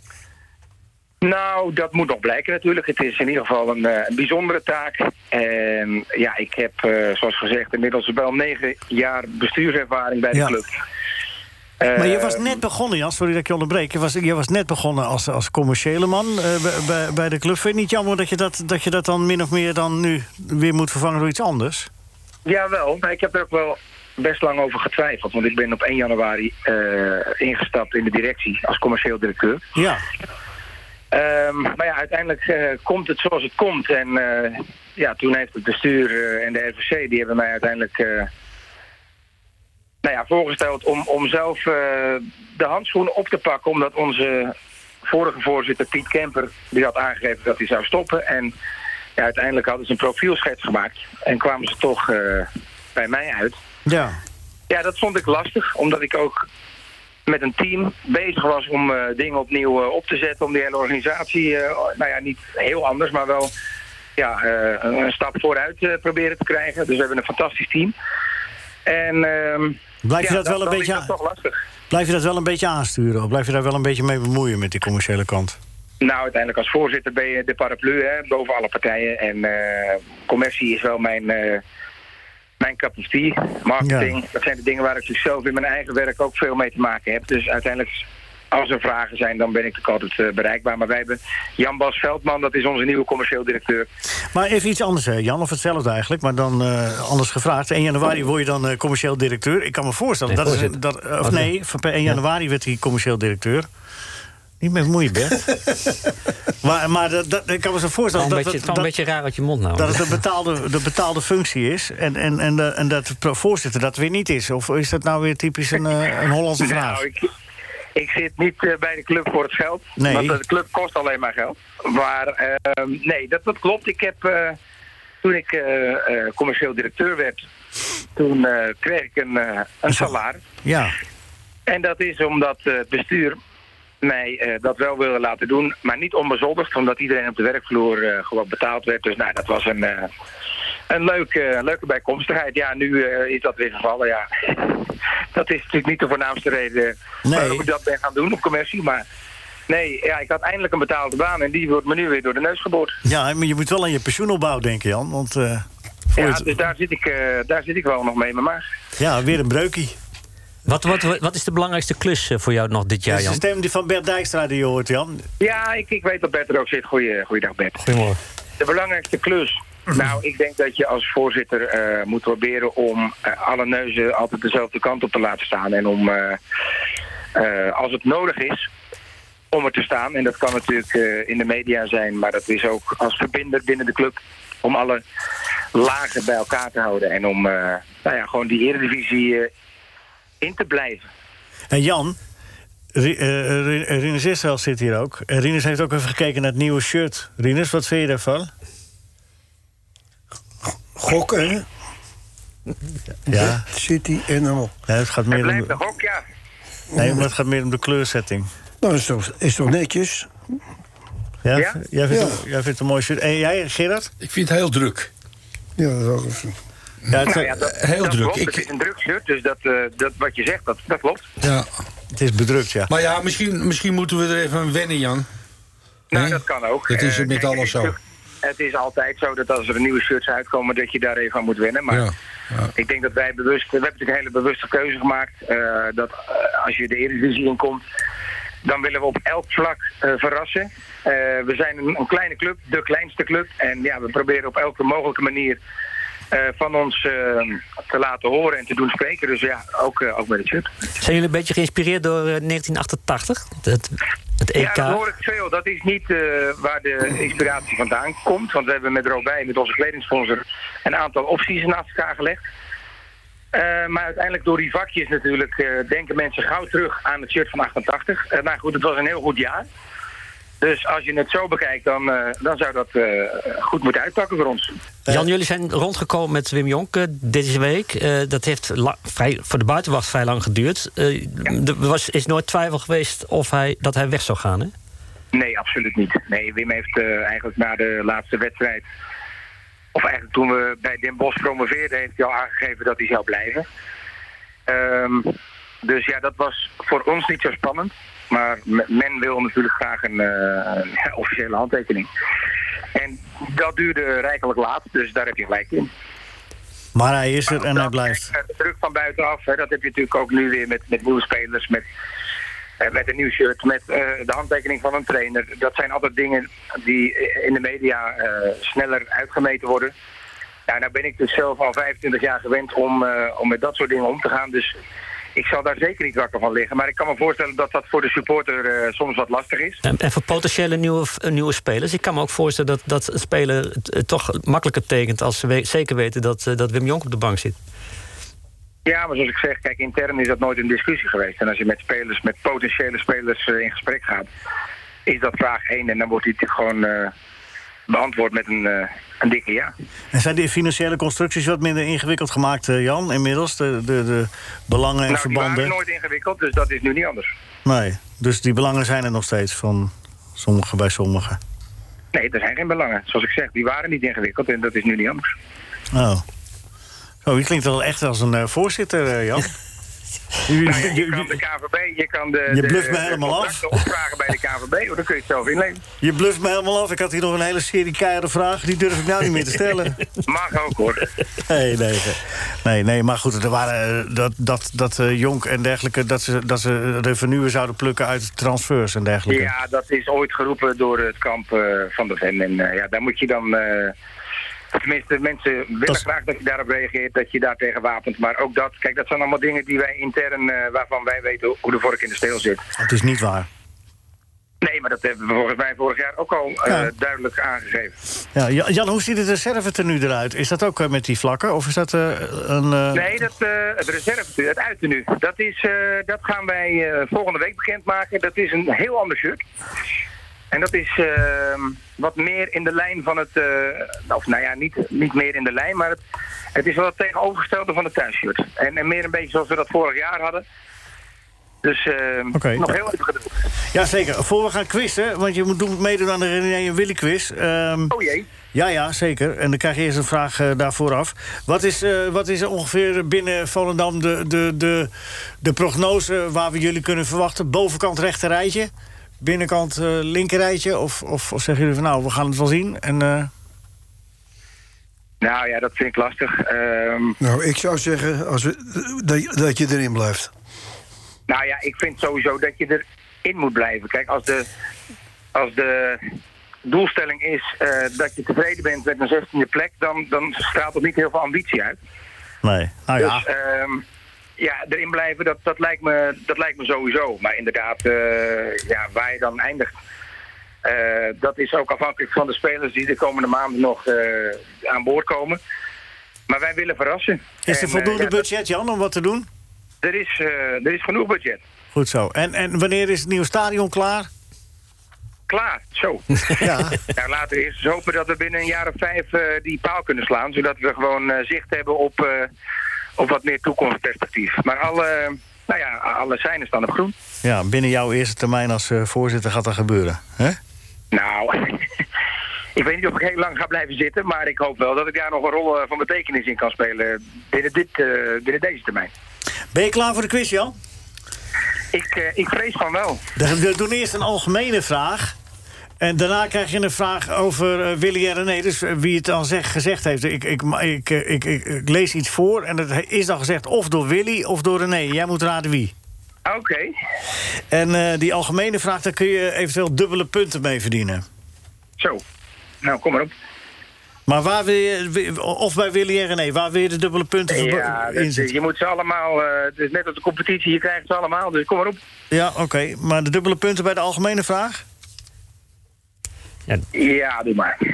S10: Nou, dat moet nog blijken natuurlijk. Het is in ieder geval een bijzondere taak. En ja, ik heb, zoals gezegd, inmiddels wel 9 jaar bestuurservaring bij de club.
S3: Maar je was net begonnen, Jan, sorry dat ik je onderbreek. Je was net begonnen als commerciële man bij de club. Vind je het niet jammer dat je dat dan min of meer dan nu weer moet vervangen door iets anders?
S10: Jawel, maar ik heb er ook wel best lang over getwijfeld. Want ik ben op 1 januari ingestapt in de directie als commercieel directeur.
S3: Ja.
S10: Maar ja, uiteindelijk komt het zoals het komt. En toen heeft het bestuur en de RVC, die hebben mij uiteindelijk voorgesteld om zelf de handschoenen op te pakken. Omdat onze vorige voorzitter, Piet Kemper, die had aangegeven dat hij zou stoppen. En ja, uiteindelijk hadden ze een profielschets gemaakt. En kwamen ze toch bij mij uit.
S3: Ja.
S10: Ja, dat vond ik lastig, omdat ik ook met een team bezig was om dingen opnieuw op te zetten. Om die hele organisatie, niet heel anders, maar wel een stap vooruit proberen te krijgen. Dus we hebben een fantastisch team. En
S3: blijf je dat wel een beetje
S10: is dat toch lastig.
S3: Blijf je dat wel een beetje aansturen? Of blijf je daar wel een beetje mee bemoeien met die commerciële kant?
S10: Nou, uiteindelijk als voorzitter ben je de paraplu, hè, boven alle partijen. En commercie is wel mijn cup of tea. Marketing, ja. Dat zijn de dingen waar ik dus zelf in mijn eigen werk ook veel mee te maken heb. Dus uiteindelijk, als er vragen zijn, dan ben ik ook altijd bereikbaar. Maar wij hebben Jan-Bas Veldman, dat is onze nieuwe commercieel directeur.
S3: Maar even iets anders, Jan, of hetzelfde eigenlijk, maar dan anders gevraagd. 1 januari word je dan commercieel directeur. Ik kan me voorstellen, per 1 januari werd hij commercieel directeur. Niet met bemoeien, Bert. maar ik kan me zo voorstellen
S4: het is een beetje raar uit je mond nou.
S3: Dat het de betaalde functie is en dat de voorzitter dat weer niet is. Of is dat nou weer typisch een Hollandse vraag?
S10: Nou, ik zit niet bij de club voor het geld.
S3: Nee.
S10: Want de club kost alleen maar geld. Maar nee, dat klopt. Ik heb, toen ik commercieel directeur werd, toen kreeg ik een salaris.
S3: Ja.
S10: En dat is omdat het bestuur mij dat wel wilde laten doen, maar niet onbezoldigd, omdat iedereen op de werkvloer gewoon betaald werd. Dus dat was een leuke bijkomstigheid. Ja, nu is dat weer gevallen, ja. Dat is natuurlijk niet de voornaamste reden waarom ik dat ben gaan doen op commercie, maar nee, ja, ik had eindelijk een betaalde baan en die wordt me nu weer door de neus geboord.
S3: Ja, maar je moet wel aan je pensioenopbouw denken, Jan, want
S10: dus daar zit ik wel nog mee in mijn maag.
S3: Ja, weer een breukie.
S4: Wat is de belangrijkste klus voor jou nog dit jaar, Jan?
S3: De stem die van Bert Dijkstra die je hoort, Jan.
S10: Ja, ik weet dat Bert er ook zit. Goeiedag, Bert.
S4: Goedemorgen.
S10: De belangrijkste klus. Nou, ik denk dat je als voorzitter moet proberen om alle neuzen altijd dezelfde kant op te laten staan. En om, als het nodig is, om er te staan. En dat kan natuurlijk in de media zijn, maar dat is ook als verbinder binnen de club. Om alle lagen bij elkaar te houden. En om gewoon die eredivisie in te blijven.
S3: En Jan, Rinus Israël zit hier ook. Rinus heeft ook even gekeken naar het nieuwe shirt. Rinus, wat vind je daarvan?
S6: Gokken, hè?
S3: Ja.
S6: City en al.
S3: Ja, het gaat meer
S10: Het
S3: om
S10: blijft
S3: de,
S10: toch ook, ja.
S3: nee, maar het gaat meer om de kleursetting.
S6: Nou, is toch netjes?
S3: Ja?
S10: Ja?
S3: Jij vindt het een mooi shirt. En jij, Gerard?
S5: Ik vind het heel druk.
S6: Ja, dat is ook even.
S3: Ja, het,
S10: Nou ja,
S5: heel
S10: dat
S5: druk.
S10: klopt. Het is een druk shirt, dus dat wat je zegt, dat klopt.
S5: Ja.
S3: het is bedrukt, ja.
S5: Maar ja, misschien moeten we er even aan wennen, Jan.
S10: Nou,
S5: Nee?
S10: dat kan ook.
S5: Dat is het met
S10: Kijk,
S5: alles zo.
S10: Het is altijd zo dat als er nieuwe shirts uitkomen, dat je daar even aan moet wennen. Maar
S5: Ja.
S10: ik denk dat wij bewust... We hebben natuurlijk een hele bewuste keuze gemaakt. Dat als je de Eredivisie inkomt, dan willen we op elk vlak verrassen. We zijn een kleine club, de kleinste club. En ja, we proberen op elke mogelijke manier van ons te laten horen en te doen spreken. Dus ja, ook met het shirt.
S4: Zijn jullie een beetje geïnspireerd door 1988? Het EK?
S10: Ja, dat hoor ik veel. Dat is niet waar de inspiratie vandaan komt. Want we hebben met Robij, met onze kledingsponsor, een aantal opties naast elkaar gelegd. Maar uiteindelijk door die vakjes natuurlijk denken mensen gauw terug aan het shirt van 88. Maar goed, het was een heel goed jaar. Dus als je het zo bekijkt, dan zou dat goed moeten uitpakken voor ons.
S4: Jan, jullie zijn rondgekomen met Wim Jonk deze week. Dat heeft voor de buitenwacht vrij lang geduurd. Er is nooit twijfel geweest dat hij weg zou gaan, hè?
S10: Nee, absoluut niet. Nee, Wim heeft eigenlijk na de laatste wedstrijd, of eigenlijk toen we bij Den Bosch promoveerden, heeft hij al aangegeven dat hij zou blijven. Dus ja, dat was voor ons niet zo spannend. Maar men wil natuurlijk graag een officiële handtekening. En dat duurde rijkelijk laat, dus daar heb je gelijk in.
S3: Maar hij is er en hij blijft.
S10: De druk van buitenaf, dat heb je natuurlijk ook nu weer met nieuwe spelers, met een nieuw shirt, met de handtekening van een trainer. Dat zijn altijd dingen die in de media sneller uitgemeten worden. Ja, nou ben ik dus zelf al 25 jaar gewend om met dat soort dingen om te gaan. Dus ik zal daar zeker niet wakker van liggen. Maar ik kan me voorstellen dat dat voor de supporter soms wat lastig is.
S4: En voor potentiële nieuwe spelers. Ik kan me ook voorstellen dat een speler het toch makkelijker tekent als ze zeker weten dat Wim Jonk op de bank zit.
S10: Ja, maar zoals ik zeg, kijk, intern is dat nooit een discussie geweest. En als je met potentiële spelers in gesprek gaat, is dat vraag 1. En dan wordt die natuurlijk gewoon beantwoord met een dikke ja.
S3: En zijn die financiële constructies wat minder ingewikkeld gemaakt, Jan, inmiddels? De belangen en verbanden?
S10: Die waren nooit ingewikkeld, dus dat is nu niet anders.
S3: Nee, dus die belangen zijn er nog steeds bij sommigen?
S10: Nee, er zijn geen belangen. Zoals ik zeg, die waren niet ingewikkeld en dat is nu niet anders.
S3: Oh. Oh, je klinkt wel echt als een voorzitter, Jan.
S10: Je kan de KVB, je kan
S3: je bluft me helemaal af.
S10: opvragen bij de KVB, dan kun je het zelf inleveren.
S3: Je bluft me helemaal af. Ik had hier nog een hele serie keiharde vragen. Die durf ik nou niet meer te stellen.
S10: Mag ook, hoor.
S3: Nee, maar goed, er waren dat Jonk en dergelijke, dat ze revenue zouden plukken uit transfers en dergelijke.
S10: Ja, dat is ooit geroepen door het kamp van de Ven. En ja, daar moet je dan... Tenminste, mensen willen graag dat je daarop reageert, dat je daar tegen wapent. Maar ook dat, kijk, dat zijn allemaal dingen die wij intern, waarvan wij weten hoe de vork in de steel zit.
S3: Het is niet waar.
S10: Nee, maar dat hebben we volgens mij vorig jaar ook al duidelijk aangegeven.
S3: Ja, Jan, hoe ziet het reservetenu eruit? Is dat ook met die vlakken? Of is dat een...
S10: Nee, het reservetenu, het uittenu, dat gaan wij volgende week bekendmaken. Dat is een heel ander shirt. En dat is wat meer in de lijn van het... of nou ja, niet meer in de lijn, maar het is wel het tegenovergestelde van het thuisshirt. En meer een beetje zoals we dat vorig jaar hadden. Dus nog heel even geduld.
S3: Ja, zeker. Voor we gaan quizzen, want je moet meedoen aan de René en Willy quiz.
S10: Oh jee.
S3: Ja, zeker. En dan krijg je eerst een vraag daarvoor af. Wat is ongeveer binnen Volendam de prognose waar we jullie kunnen verwachten? Bovenkant rechter rijtje? Binnenkant linker rijtje? Of zeggen jullie van nou, we gaan het wel zien? En,
S10: Nou ja, dat vind ik lastig.
S6: Nou, ik zou zeggen dat je erin blijft.
S10: Nou ja, ik vind sowieso dat je erin moet blijven. Kijk, als de doelstelling is dat je tevreden bent met een 16e plek, dan straalt er niet heel veel ambitie uit.
S3: Nee, nou ja.
S10: Dus ja, erin blijven, dat lijkt me sowieso. Maar inderdaad, waar je dan eindigt, dat is ook afhankelijk van de spelers die de komende maanden nog aan boord komen. Maar wij willen verrassen.
S3: Is er voldoende budget, Jan, om wat te doen?
S10: Er is genoeg budget.
S3: Goed zo. En wanneer is het nieuwe stadion klaar?
S10: klaar. Zo.
S6: Ja.
S10: Nou, laten we eerst eens hopen dat we binnen een jaar of 5 die paal kunnen slaan. Zodat we gewoon zicht hebben op wat meer toekomstperspectief. Maar alle seinen staan op groen.
S3: Ja, binnen jouw eerste termijn als voorzitter gaat dat gebeuren. Hè?
S10: Nou, ik weet niet of ik heel lang ga blijven zitten. Maar ik hoop wel dat ik daar nog een rol van betekenis in kan spelen binnen deze termijn.
S3: Ben je klaar voor de quiz, Jan?
S10: Ik vrees van wel.
S3: We doen eerst een algemene vraag. En daarna krijg je een vraag over Willy en René. Dus wie het dan gezegd heeft. Ik lees iets voor en het is dan gezegd of door Willy of door René. Jij moet raden wie.
S10: Oké.
S3: En die algemene vraag, daar kun je eventueel dubbele punten mee verdienen.
S10: Zo. Nou, kom maar op.
S3: Maar waar wil je, of bij Willy en René, waar wil je de dubbele punten inzetten?
S10: Je moet ze allemaal, het is net als de competitie, je krijgt ze allemaal, dus kom maar op.
S3: Ja, oké. Maar de dubbele punten bij de algemene vraag?
S10: Ja, doe maar.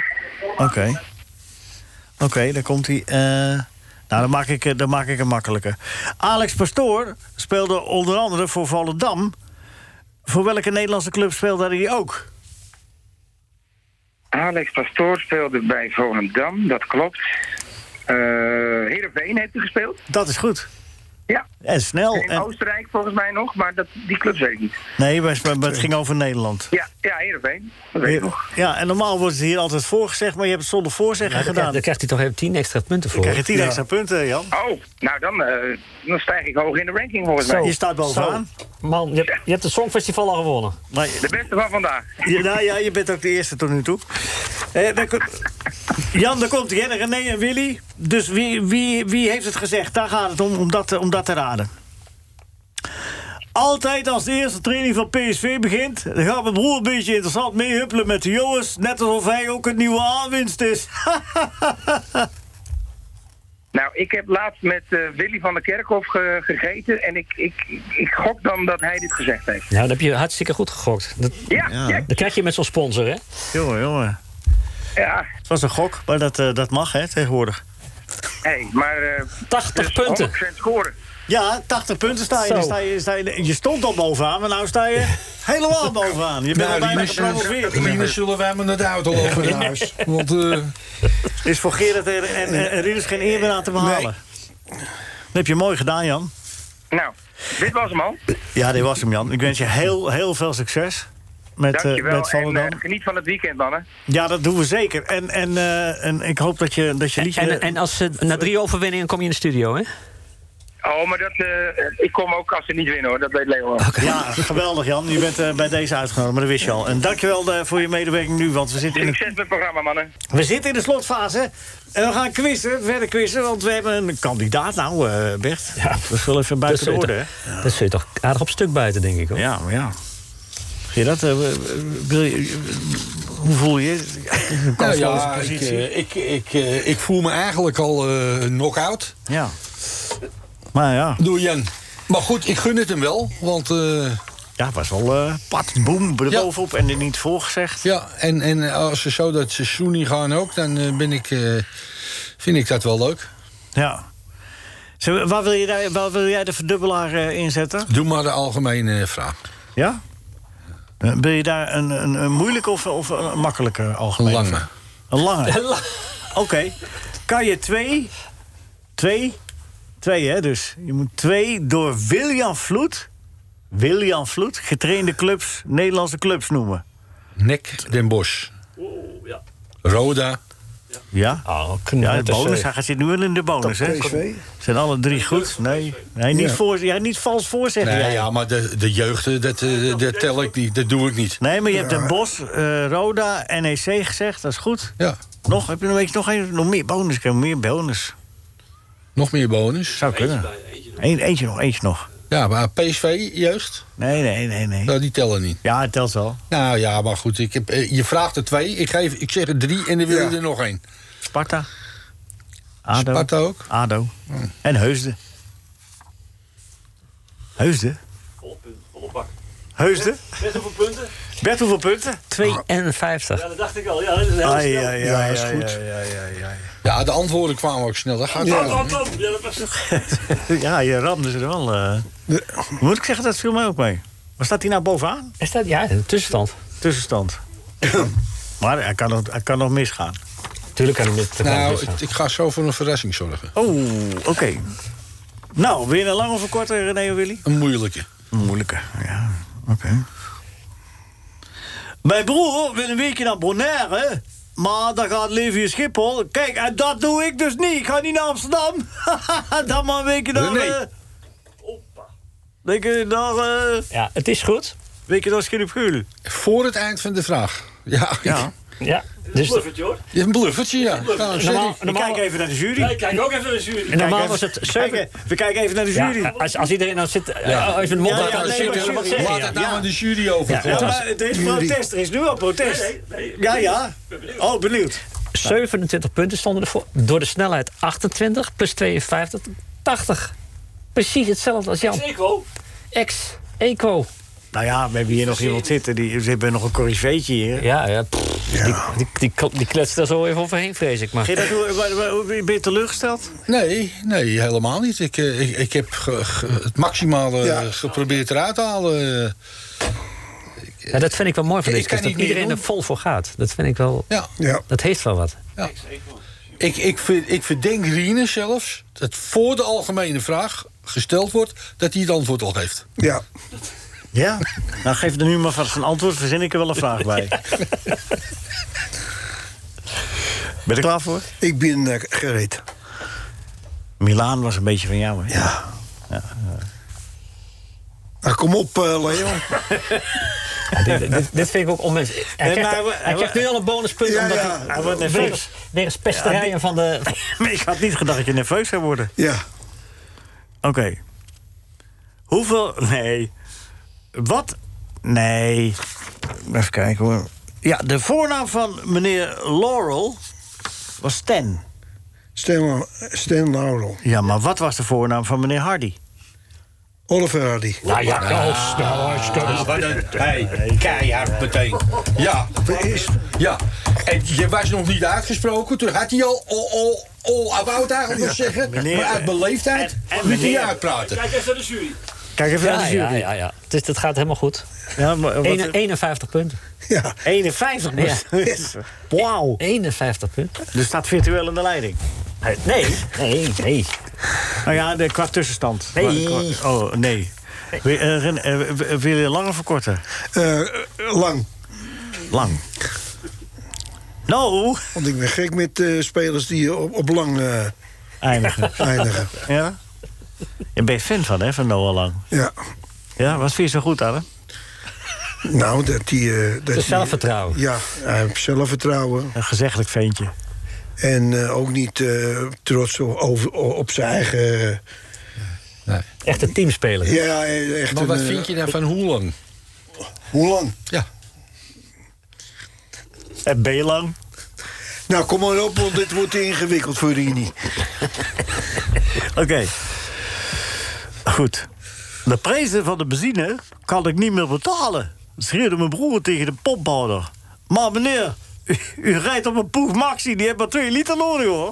S3: Oké, dan komt hij. Nou, dan maak ik het makkelijker. Alex Pastoor speelde onder andere voor Volendam. Voor welke Nederlandse club speelde hij ook?
S10: Alex Pastoor speelde bij Volendam, dat klopt. Heerenveen heeft hij gespeeld.
S3: Dat is goed.
S10: Ja.
S3: En snel.
S10: In Oostenrijk volgens mij nog, maar die club weet ik niet.
S3: Nee, maar het ging over Nederland.
S10: Ja, Heerenveen. Dat weet ik nog.
S3: Ja, en normaal wordt het hier altijd voorgezegd, maar je hebt het zonder voorzeggen gedaan.
S4: Dan krijgt hij toch even 10 extra punten voor.
S3: Dan krijg je 10 extra punten, Jan.
S10: Oh, nou dan stijg ik hoog in de ranking volgens mij.
S3: Je staat bovenaan.
S4: Man, je hebt het Songfestival al gewonnen.
S10: De beste van vandaag.
S3: Je bent ook de eerste tot nu toe. Jan, daar komt hij, hè? René en Willy. Dus wie heeft het gezegd? Daar gaat het om dat te raden. Altijd als de eerste training van PSV begint, dan gaat mijn broer een beetje interessant meehuppelen met de jongens. Net alsof hij ook een nieuwe aanwinst is.
S10: Nou, ik heb laatst met Willy van der Kerkhof gegeten en ik gok dan dat hij dit gezegd heeft.
S4: Ja, dat heb je hartstikke goed gegokt.
S10: Ja.
S4: Dat krijg je met zo'n sponsor, hè?
S3: Jongen.
S10: Ja.
S3: Het was een gok, maar dat mag, hè, tegenwoordig.
S10: Maar
S4: 80 punten.
S10: 100% scoren.
S3: Ja, 80 punten sta je. Je stond al bovenaan, maar nou sta je helemaal bovenaan. Je bent al bijna gepromoveerd.
S5: Die zullen wij maar naar de auto lopen naar huis. Want
S3: is voor Gerard en Rieders geen eer meer aan te behalen. Nee. Dat heb je mooi gedaan, Jan.
S10: Nou, dit was hem al.
S3: Ja, dit was hem, Jan. Ik wens je heel veel succes.
S10: Dankjewel.
S3: Met Volendam.
S10: En geniet van het weekend, mannen.
S3: Ja, dat doen we zeker. En ik hoop dat je liedje...
S4: En als na 3 overwinningen kom je in de studio, hè?
S10: Oh, maar ik kom ook als ze niet winnen, hoor. Dat weet Leo wel.
S3: Okay. Ja, geweldig, Jan. Je bent bij deze uitgenodigd, maar dat wist je al. En dankjewel voor je medewerking nu, want we zitten in...
S10: Succes met het programma, mannen.
S3: We zitten in de slotfase. En we gaan verder quizzen, want we hebben een kandidaat. Nou, Bert, ja, dat is wel even buiten de orde, hè?
S4: Ja. Dat zul je toch aardig op stuk buiten, denk ik, hoor.
S3: Ja, maar ja. Gerard, hoe voel je een kansloze positie?
S5: Ik voel me eigenlijk al knock-out.
S3: Ja. Maar ja.
S5: Door Jan. Maar goed, ik gun het hem wel, want...
S3: ja, het was wel boem, bovenop en er niet voorgezegd.
S5: Ja, en als ze zo dat seizoen niet gaan ook, dan vind ik dat wel leuk.
S3: Ja. Waar wil jij de verdubbelaar inzetten?
S5: Doe maar de algemene vraag.
S3: Ja? Wil je daar een moeilijke of een makkelijke algemene?
S5: Een lange.
S3: Een lange? Oké. Kan je twee, hè, dus. Je moet 2 door William Vloed, getrainde clubs, Nederlandse clubs noemen.
S5: NEC Den Bosch.
S4: Ja.
S5: Roda.
S3: Ja? De bonus. Hij zit nu in de bonus, hè?
S6: PSV.
S3: Zijn alle 3 goed? Nee, niet vals voorzeggen.
S5: Nee, ja, maar de jeugd, dat tel ik niet. Dat doe ik niet.
S3: Nee, maar je hebt Den Bosch, Roda, NEC gezegd. Dat is goed.
S5: Ja.
S3: Heb je nog meer bonus? Ik heb meer bonus.
S5: Nog meer bonus?
S3: Zou kunnen. Eentje nog.
S5: Ja, maar PSV, jeugd?
S3: Nee.
S5: Nou, die tellen niet.
S3: Ja, het telt wel.
S5: Nou ja, maar goed. Je vraagt er 2. Ik zeg er 3 en dan wil je er nog 1.
S3: Sparta. ADO.
S5: Sparta ook?
S3: ADO. En Heusden. Volle bak. Heusden? Bert, hoeveel punten?
S4: 52.
S9: Ja, dat dacht ik al. Ja, dat is heel snel.
S3: Ja,
S5: is goed. Ja, de antwoorden kwamen ook snel. Dat gaat
S3: ja, je ramde ze er wel. Moet ik zeggen, dat viel mij ook mee. Waar staat hij nou bovenaan?
S4: Is dat? Ja, tussenstand.
S3: Tussenstand. Maar hij kan nog misgaan.
S4: Tuurlijk kan hij misgaan.
S5: Nou, ik ga zo voor een verrassing zorgen.
S3: Oh, oké. Nou, weer een lang of een korte, René of Willy?
S5: Een moeilijke.
S3: Een moeilijke, ja. Oké. Mijn broer wil een weekje naar Bonaire, maar dan gaat leven in Schiphol. Kijk, en dat doe ik dus niet. Ik ga niet naar Amsterdam. Dan maar een weekje naar...
S4: Ja, het is goed.
S3: Weekje naar Schillepgeul.
S5: Voor het eind van de vraag. Ja.
S4: Dus
S9: Bluffertje, hoor.
S5: Je hebt een bluffertje, ja.
S3: We kijken even naar de jury.
S9: Ja, ik kijk ook even naar de jury.
S4: normaal was het 7.
S3: We kijken even naar de jury.
S4: Ja, als iedereen nou zit... even de mond
S3: Ja,
S4: uit
S3: ja,
S4: dan
S3: nee,
S4: zit
S3: maar
S4: wat
S3: jury-
S4: zeggen.
S5: Laat het nou aan de jury over.
S4: Ja,
S3: Ja, maar er is protest. Er is nu al protest.
S9: Nee.
S3: Ja. Oh, benieuwd.
S4: 27 punten stonden ervoor. Door de snelheid 28 plus 52, 80. Precies hetzelfde als Jan. Ex-Eco.
S3: Nou ja, we hebben hier nog iemand zitten. We hebben nog een corriveetje hier.
S4: Ja. Die kletst daar zo even overheen, vrees ik maar.
S3: Ben je teleurgesteld?
S5: Nee, helemaal niet. Ik heb het maximale geprobeerd eruit te halen.
S4: Ja, dat vind ik wel mooi van
S5: Ik
S4: deze
S5: kan
S4: quiz, dat
S5: niet meer
S4: iedereen er
S5: doen.
S4: vol voor gaat. Dat vind ik wel...
S5: Ja.
S4: Dat heeft wel wat.
S5: Ja. Ik verdenk Rien zelfs dat voor de algemene vraag gesteld wordt, dat hij het antwoord al heeft.
S6: Ja.
S3: Ja? Nou, geef er nu maar vast een antwoord. Verzin ik er wel een vraag bij. Ben je er klaar voor?
S6: Ik ben gereed.
S3: Milaan was een beetje van jou, hè?
S6: Ja. Nou, kom op, Leon.
S4: Ja, dit vind ik ook onmenselijk. Hij krijgt nu al een bonuspunt omdat
S3: hij wordt nerveus.
S4: weer eens pesterijen van de...
S3: Maar ik had niet gedacht dat je nerveus zou worden.
S6: Ja.
S3: Oké. Hoeveel... Nee. Wat? Nee. Even kijken hoor. Ja, de voornaam van meneer Laurel was Stan.
S6: Stan Laurel.
S3: Ja, maar wat was de voornaam van meneer Hardy?
S6: Oliver Hardy.
S5: Nou ja, keihard meteen. Ja. En je was nog niet uitgesproken, toen had hij al about eigenlijk nog zeggen.
S3: Meneer,
S5: maar uit beleefdheid moet hij uitpraten.
S9: Kijk even naar de jury.
S3: Kijk even naar de jury.
S4: Ja. Het gaat helemaal goed.
S3: Ja, maar,
S4: 51 punten.
S6: Ja.
S3: 51 punten. Wauw.
S4: 51 punten.
S3: Dus staat virtueel in de leiding.
S4: Nee.
S3: Nou ja, qua tussenstand.
S4: Nee.
S3: Oh, nee. Wil je lang of verkorten?
S6: Lang.
S3: Lang. Nou.
S6: Want ik ben gek met spelers die op lang
S3: Eindigen. Ja? Je bent fan van, hè, van Noah Lang?
S6: Ja.
S3: Ja, wat vind je zo goed aan hem?
S6: Nou, dat
S4: zelfvertrouwen.
S6: Ja, hij heeft zelfvertrouwen.
S3: Een gezeggelijk ventje.
S6: En ook niet trots op zijn eigen...
S5: Nee.
S4: Echt een teamspeler.
S6: Ja, echt.
S5: Maar wat vind je nou van hoe lang?
S6: Hoe lang?
S5: Ja.
S3: En ben je lang?
S6: Nou, kom maar op, want dit wordt te ingewikkeld voor Rini.
S3: Oké. Goed. De prijzen van de benzine kan ik niet meer betalen, schreeuwde mijn broer tegen de pomphouder. Maar meneer, u rijdt op een Poeg Maxi, die heeft maar 2 liter nodig, hoor.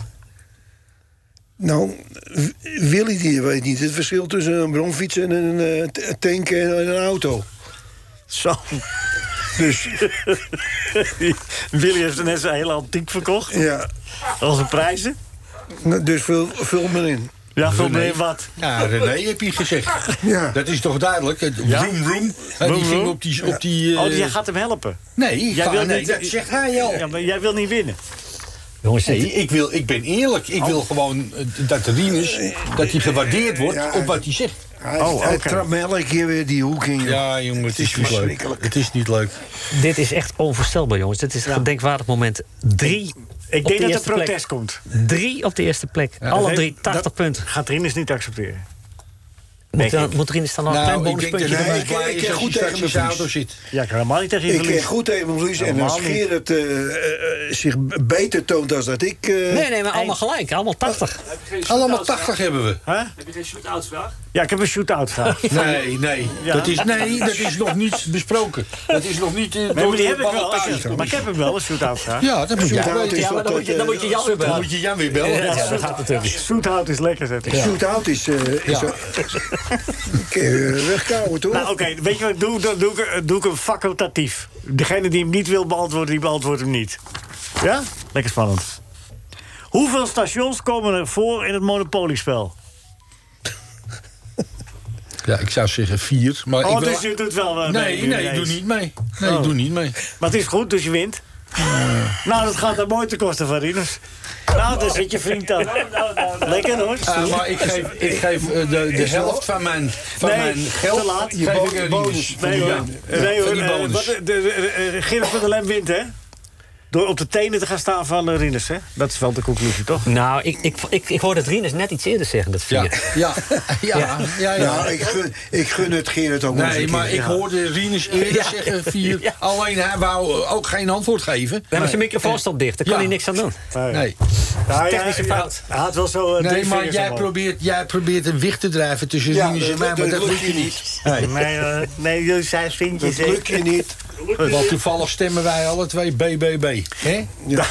S6: Nou, Willy die weet niet het verschil tussen een bromfiets en een tank en een auto.
S3: Zo.
S6: Dus...
S3: Willy heeft net zijn hele antiek verkocht.
S6: Ja.
S3: Onze prijzen.
S6: Dus vul me in.
S3: Ja, vul me in wat.
S5: Ja, René heb je gezegd.
S6: Ja.
S5: Dat is toch duidelijk? Vroom. Die ging op die...
S3: Oh, jij gaat hem helpen?
S5: Nee,
S3: jij
S5: dat zegt hij al.
S3: Ja, maar jij wil niet winnen.
S4: Jongens,
S5: Nee, ik ben eerlijk. Ik wil gewoon dat Rinus dat hij gewaardeerd wordt op wat hij zegt.
S6: Hij trapt me elke keer weer die hoek in.
S5: Ja, jongen, het is niet leuk. Het is niet leuk.
S4: dit is echt onvoorstelbaar, jongens. Dit is een gedenkwaardig moment. 3
S3: Ik denk dat er protest komt.
S4: 3 op de eerste plek. Alle 3 80 punten.
S3: Gaat Rinus niet accepteren.
S4: Moet Rinus dan nog een klein bonuspuntje
S5: dat
S4: erbij?
S5: hij blij is als hij straks in zijn auto zit.
S3: Ja, ik kan helemaal niet tegen je
S6: Ik ken
S3: verliezen.
S6: goed tegen mijn verlies. En als Gerard zich beter toont dan dat ik...
S4: Nee, maar allemaal gelijk. Allemaal 80.
S5: Allemaal 80 hebben we.
S3: Huh?
S9: Heb je geen shoot-outs vraag?
S3: Ja, ik heb een shootout gehad.
S5: Nee.
S3: Ja.
S5: Dat is nog niet besproken. Dat is nog niet...
S3: Maar die heb ik wel. Maar ik heb hem wel, een shootout gehad.
S5: Ja, dat moet je
S4: Ja, maar dan moet je Jan weer bellen.
S5: Dan moet je Jan weer bellen.
S4: Ja, dan gaat het er weer.
S3: Shootout is lekker, zeg ik.
S6: Shootout is wegkouwen, toch?
S3: Nou, oké, weet je wat ik doe? Dan doe ik hem facultatief. Degene die hem niet wil beantwoorden, die beantwoordt hem niet. Ja? Lekker spannend. Hoeveel stations komen er voor in het Monopoliespel?
S5: Ja, ik zou zeggen 4. Maar ik wil...
S3: Dus je doet wel...
S5: Nee, ik doe niet mee. Nee, ik doe niet mee.
S3: Maar het is goed, dus je wint. Nou, dat gaat dan mooi te kosten van Rinus. Nou, daar zit je vriend aan. Lekker hoor.
S5: Maar ik geef de helft van mijn geld.
S3: Te laat.
S5: Je geef ik een bonus.
S3: Nee hoor. Gerrit van der Lem wint, hè? Door op de tenen te gaan staan van Rinus, hè? Dat is wel de conclusie, toch?
S4: Nou, ik hoorde het Rinus net iets eerder zeggen, dat 4.
S5: Ja.
S6: Nou, ik gun het Gerrit ook nog eens een
S5: Nee,
S6: keer.
S5: maar ik hoorde Rinus eerder zeggen 4.
S4: Ja.
S5: Alleen hij wou ook geen antwoord geven.
S4: Maar zijn microfoon stond dicht, daar kan hij niks aan doen.
S5: Nee.
S4: Technische fout.
S3: Hij had wel zo...
S5: Nee, maar jij probeert een wicht te drijven tussen Rinus en mij, maar dat lukt je niet.
S3: Nee, jullie zijn vriendjes.
S6: Dat lukt je niet.
S5: Want toevallig stemmen wij alle twee BBB. Hè?
S6: Ja.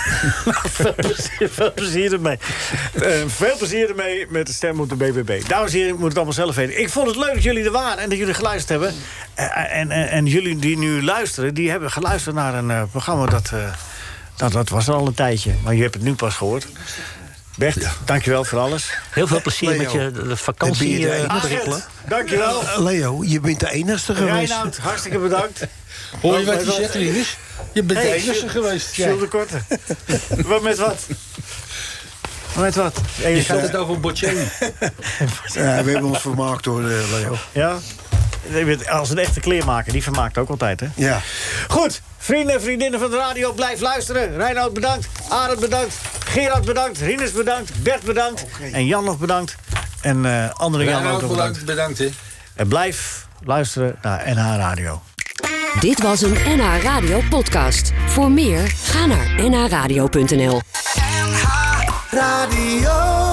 S3: Veel plezier ermee. Veel plezier ermee met de stem op de BBB. Dames en heren, ik moet het allemaal zelf weten. Ik vond het leuk dat jullie er waren en dat jullie geluisterd hebben. En jullie die nu luisteren, die hebben geluisterd naar een programma dat was al een tijdje. Maar je hebt het nu pas gehoord. Bert, dankjewel voor alles.
S4: Heel veel plezier
S6: Leo,
S4: met je vakantie ontwikkelen.
S3: Dankjewel.
S6: Leo, je bent de enige geweest.
S3: Reinoud, hartstikke bedankt.
S5: Hoor je wat je zegt, Rinus? Je bent de enige geweest.
S3: Jules de Korte. Met wat? Met wat?
S5: Je gaat het over Bocelli.
S6: We hebben ons vermaakt hoor, Leo.
S3: Ja? Als een echte kleermaker, die vermaakt ook altijd, hè?
S6: Ja.
S3: Goed, vrienden en vriendinnen van de radio, blijf luisteren. Reinoud bedankt, Arend bedankt, Gerard bedankt, Rinus bedankt, Bert bedankt en Jan nog bedankt. En andere Jan ook nog bedankt.
S5: Bedankt, hè.
S3: En blijf luisteren naar NH Radio.
S11: Dit was een NH Radio podcast. Voor meer, ga naar nhradio.nl.
S12: NH Radio.